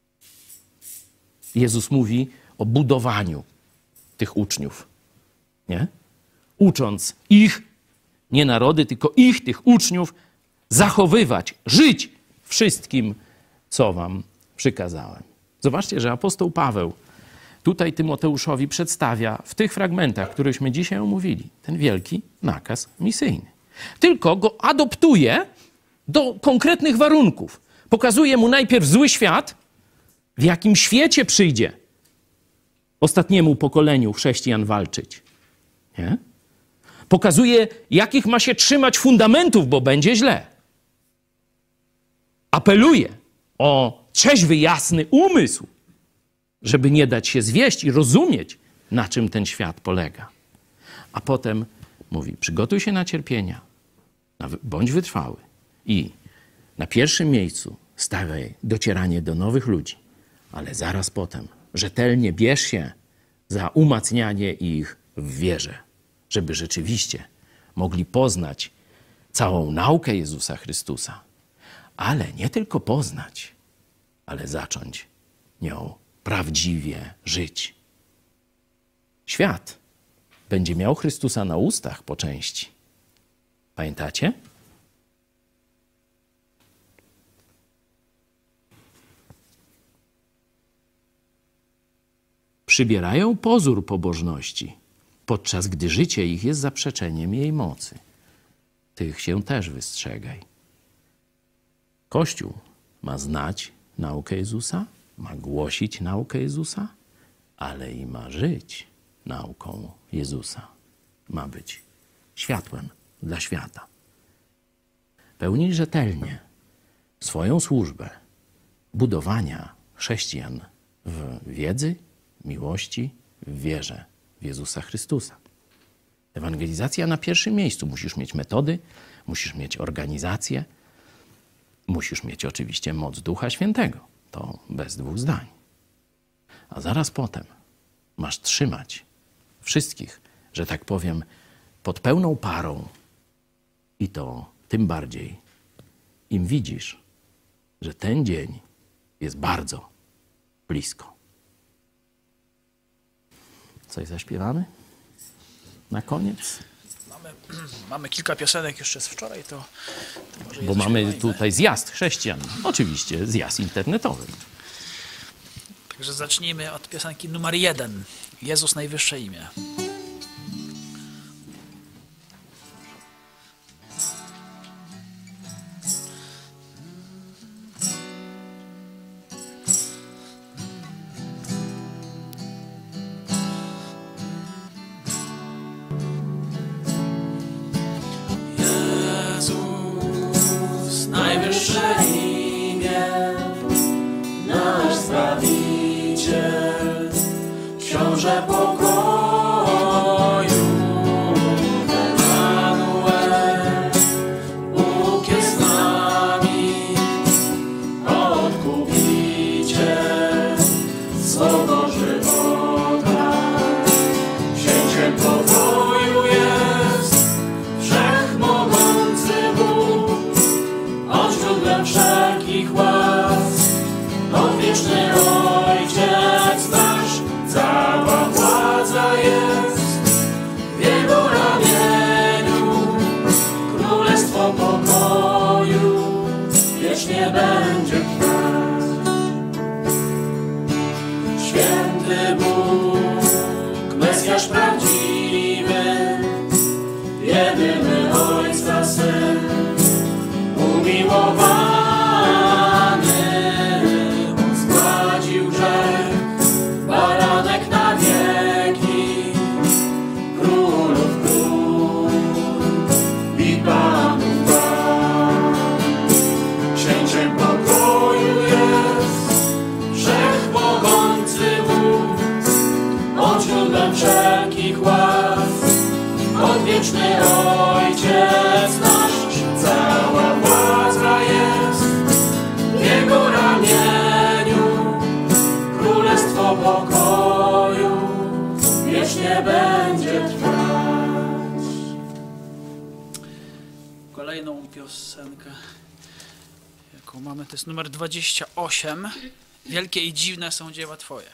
Jezus mówi o budowaniu tych uczniów. Nie? Ucząc ich, nie narody, tylko ich, tych uczniów, zachowywać, żyć wszystkim, co wam przykazałem. Zobaczcie, że apostoł Paweł tutaj Tymoteuszowi przedstawia w tych fragmentach, któreśmy dzisiaj omówili, ten wielki nakaz misyjny. Tylko go adoptuje do konkretnych warunków. Pokazuje mu najpierw zły świat, w jakim świecie przyjdzie ostatniemu pokoleniu chrześcijan walczyć. Nie? Pokazuje, jakich ma się trzymać fundamentów, bo będzie źle. Apeluje o trzeźwy, jasny umysł, żeby nie dać się zwieść i rozumieć, na czym ten świat polega. A potem mówi, przygotuj się na cierpienia, bądź wytrwały i na pierwszym miejscu stawiaj docieranie do nowych ludzi, ale zaraz potem rzetelnie bierz się za umacnianie ich w wierze, żeby rzeczywiście mogli poznać całą naukę Jezusa Chrystusa, ale nie tylko poznać, ale zacząć nią prawdziwie żyć. Świat będzie miał Chrystusa na ustach po części. Pamiętacie? Przybierają pozór pobożności, podczas gdy życie ich jest zaprzeczeniem jej mocy. Tych się też wystrzegaj. Kościół ma znać naukę Jezusa, ma głosić naukę Jezusa, ale i ma żyć nauką Jezusa. Ma być światłem dla świata. Pełnić rzetelnie swoją służbę budowania chrześcijan w wiedzy, miłości, w wierze w Jezusa Chrystusa. Ewangelizacja na pierwszym miejscu. Musisz mieć metody, musisz mieć organizację, musisz mieć oczywiście moc Ducha Świętego. To bez dwóch zdań. A zaraz potem masz trzymać wszystkich, że tak powiem, pod pełną parą. I to tym bardziej, im widzisz, że ten dzień jest bardzo blisko. Coś zaśpiewamy? Na koniec? Mamy kilka piosenek jeszcze z wczoraj, to może je Bo mamy zaśpiewajmy. tutaj zjazd chrześcijan. Oczywiście zjazd internetowy. Także zacznijmy od piosenki numer 1. Jezus najwyższe imię. Jezus, najwyższe imię, nasz Zbawiciel, Książę pokoju, Emanuel, Bóg jest z nami, Odkupiciel swego żywota, Księciem pokoju jest Wszechmogący Bóg, On źródłem wszelkich łask, odwieczny Ojciec nasz, cała władza jest w Jego ramieniu. Królestwo pokoju wiecznie będzie trwać. Święty Bóg, Mesjasz prawdziwy, jedyny Ojca Syn, umiłowany, On zgładził grzech, baranek na wieki, królów król i panów pan. Księciem pokoju jest Wszechmogący Bóg, On źródłem wszelkich łask, odwieczny Ojciec nasz, cała władza jest w Jego ramieniu. Królestwo pokoju wiecznie będzie trwać. Kolejną piosenkę, jaką mamy, to jest numer 28. Wielkie i dziwne są dzieła Twoje.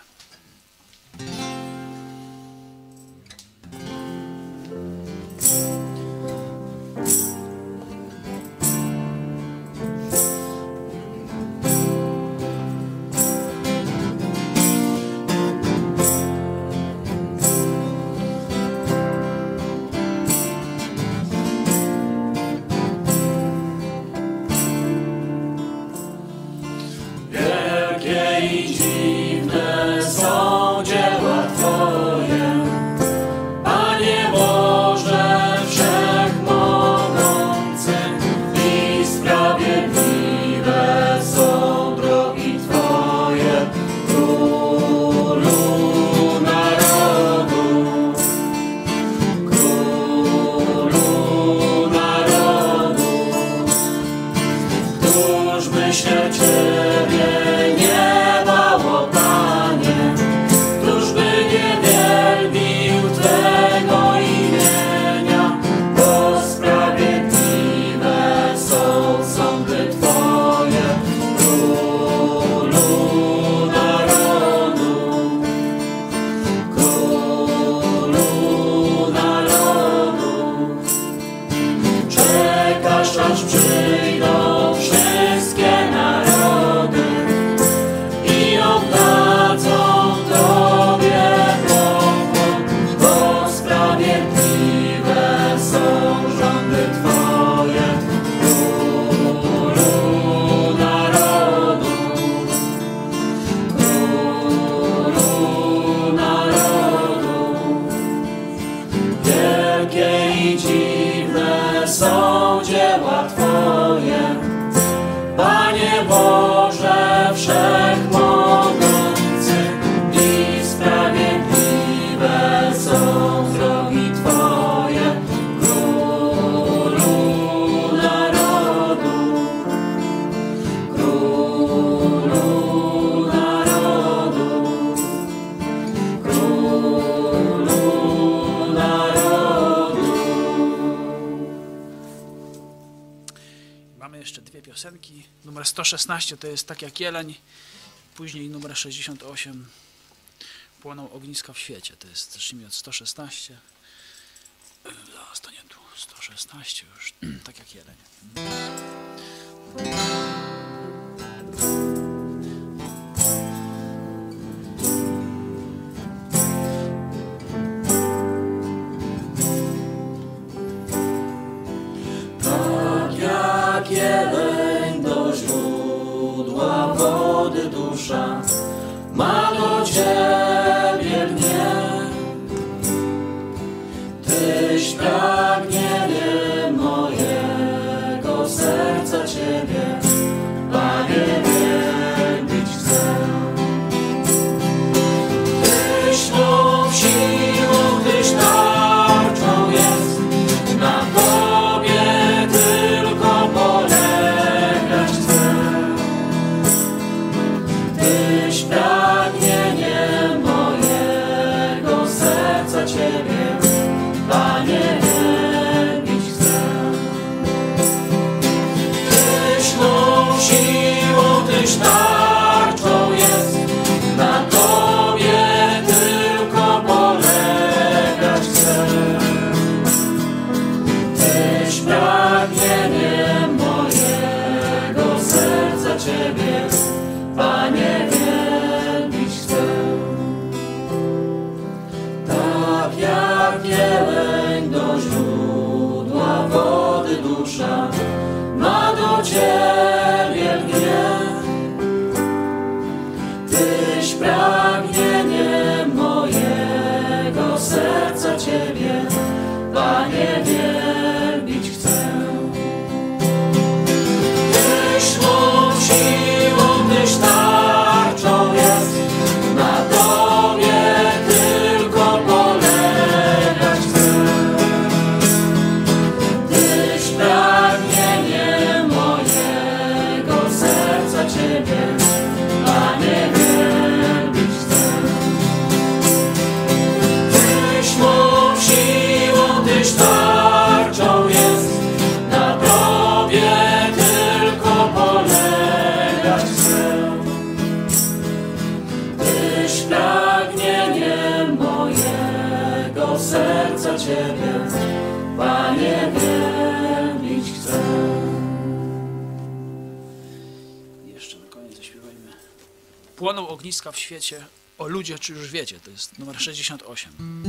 Wielkie i dziwne są dzieła Twoje, Panie Boże Wszechmogący, i sprawiedliwe są drogi Twoje, Królu narodu, Królu narodu. Któż by się Ciebie nie bał i numer 116 to jest tak jak jeleń, później numer 68 płoną ogniska w świecie. To jest, zacznijmy od 116. Zaraz to nie tu, 116 już, tak jak jeleń. Jak jeleń do źródła wody dusza ma do Ciebie lgnie. Tyś pragnieniem mojego serca Ciebie, Panie, wielbić chcę. Tyś mą siłą, Tyś tarczą jest, na Tobie tylko polegać chcę. Tyś pragnieniem mojego serca Ciebie, Panie, wielbić chcę. Tyś mą siłą, Tyś tarczą jest, na Tobie tylko polegać chcę. Tyś pragnieniem mojego serca Ciebie, Panie, wielbić chcę. Tak jak jeleń do źródła wody dusza ma do Ciebie lgnie. Tyś pragnieniem mojego serca Ciebie, Panie, wielbić chcę. Tyś mą siłą, Tyś tarczą jest, na Tobie tylko polegać chcę. Tyś pragnieniem mojego serca Ciebie, Panie, wielbić chcę. Tyś mą siłą, Tyś tarczą jest, na Tobie tylko polegać chcę. Tyś pragnieniem mojego serca Ciebie, Panie, wielbić chcę. Jeszcze na koniec zaśpiewajmy. Płoną ogniska w świecie, o ludzie, czy już wiecie, to jest numer 68.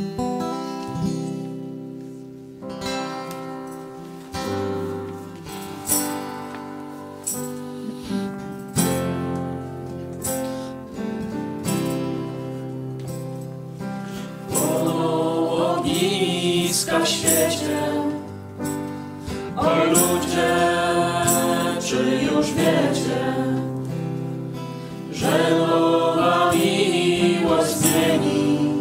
Ogniska w świecie, o ludzie, czy już wiecie, że nowa miłość zmieni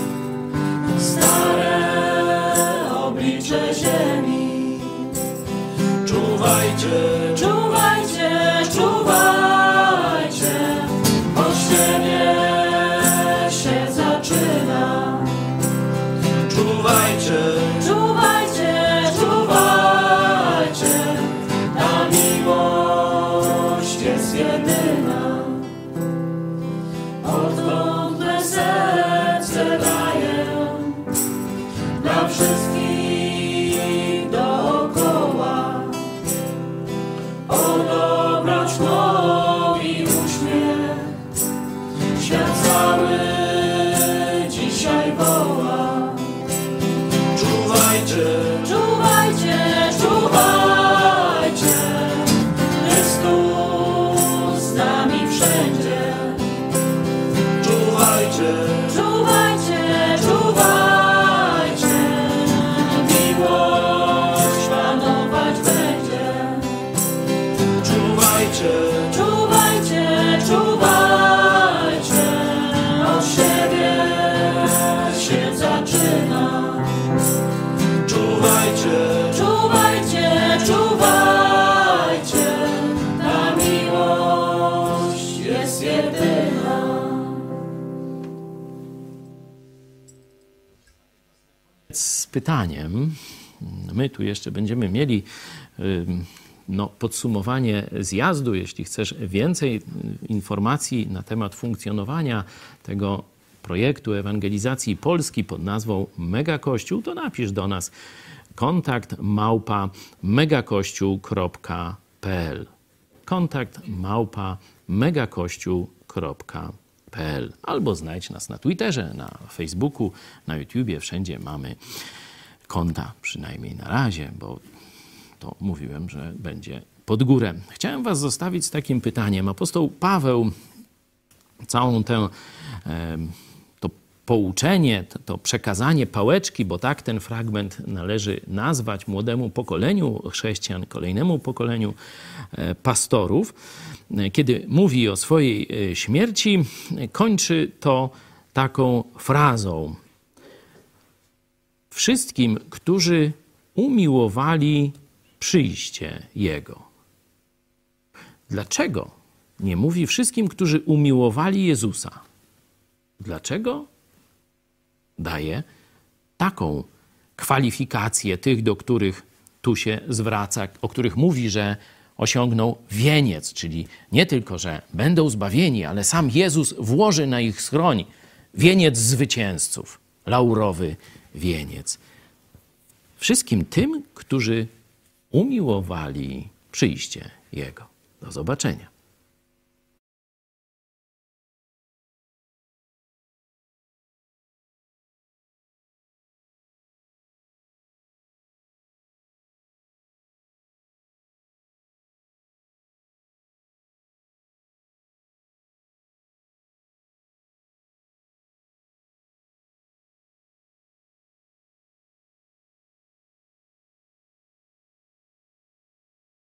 stare oblicze ziemi. Czuwajcie, czuwajcie, czuwajcie, od siebie się zaczyna. Czuwajcie, czuwajcie, czuwajcie, ta miłość jest jedyna. Odkąd me serce daję dla wszystkich dookoła, o dobroć mą i uśmiech, świat cały dzisiaj woła. Czuwajcie, czuwajcie, czuwajcie, Chrystus z nami wszędzie. Czuwajcie, czuwajcie, czuwajcie, miłość panować będzie. Czuwajcie, czuwajcie, czuwajcie, od siebie się zaczyna. Czuwajcie, czuwajcie, czuwajcie, ta miłość jest jedyna. Z pytaniem, my tu jeszcze będziemy mieli podsumowanie zjazdu. Jeśli chcesz więcej informacji na temat funkcjonowania tego projektu ewangelizacji Polski pod nazwą Mega Kościół, to napisz do nas kontakt@megakościół.pl kontakt@megakościół.pl albo znajdź nas na Twitterze, na Facebooku, na YouTubie. Wszędzie mamy konta, przynajmniej na razie, bo to mówiłem, że będzie pod górę. Chciałem was zostawić z takim pytaniem. Apostoł Paweł całą tę to pouczenie, to przekazanie pałeczki, bo tak ten fragment należy nazwać młodemu pokoleniu chrześcijan, kolejnemu pokoleniu pastorów, kiedy mówi o swojej śmierci, kończy to taką frazą: wszystkim, którzy umiłowali przyjście Jego. Dlaczego nie mówi wszystkim, którzy umiłowali Jezusa? Dlaczego daje taką kwalifikację tych, do których tu się zwraca, o których mówi, że osiągną wieniec, czyli nie tylko, że będą zbawieni, ale sam Jezus włoży na ich schroń wieniec zwycięzców, laurowy wieniec. Wszystkim tym, którzy umiłowali przyjście Jego. Do zobaczenia.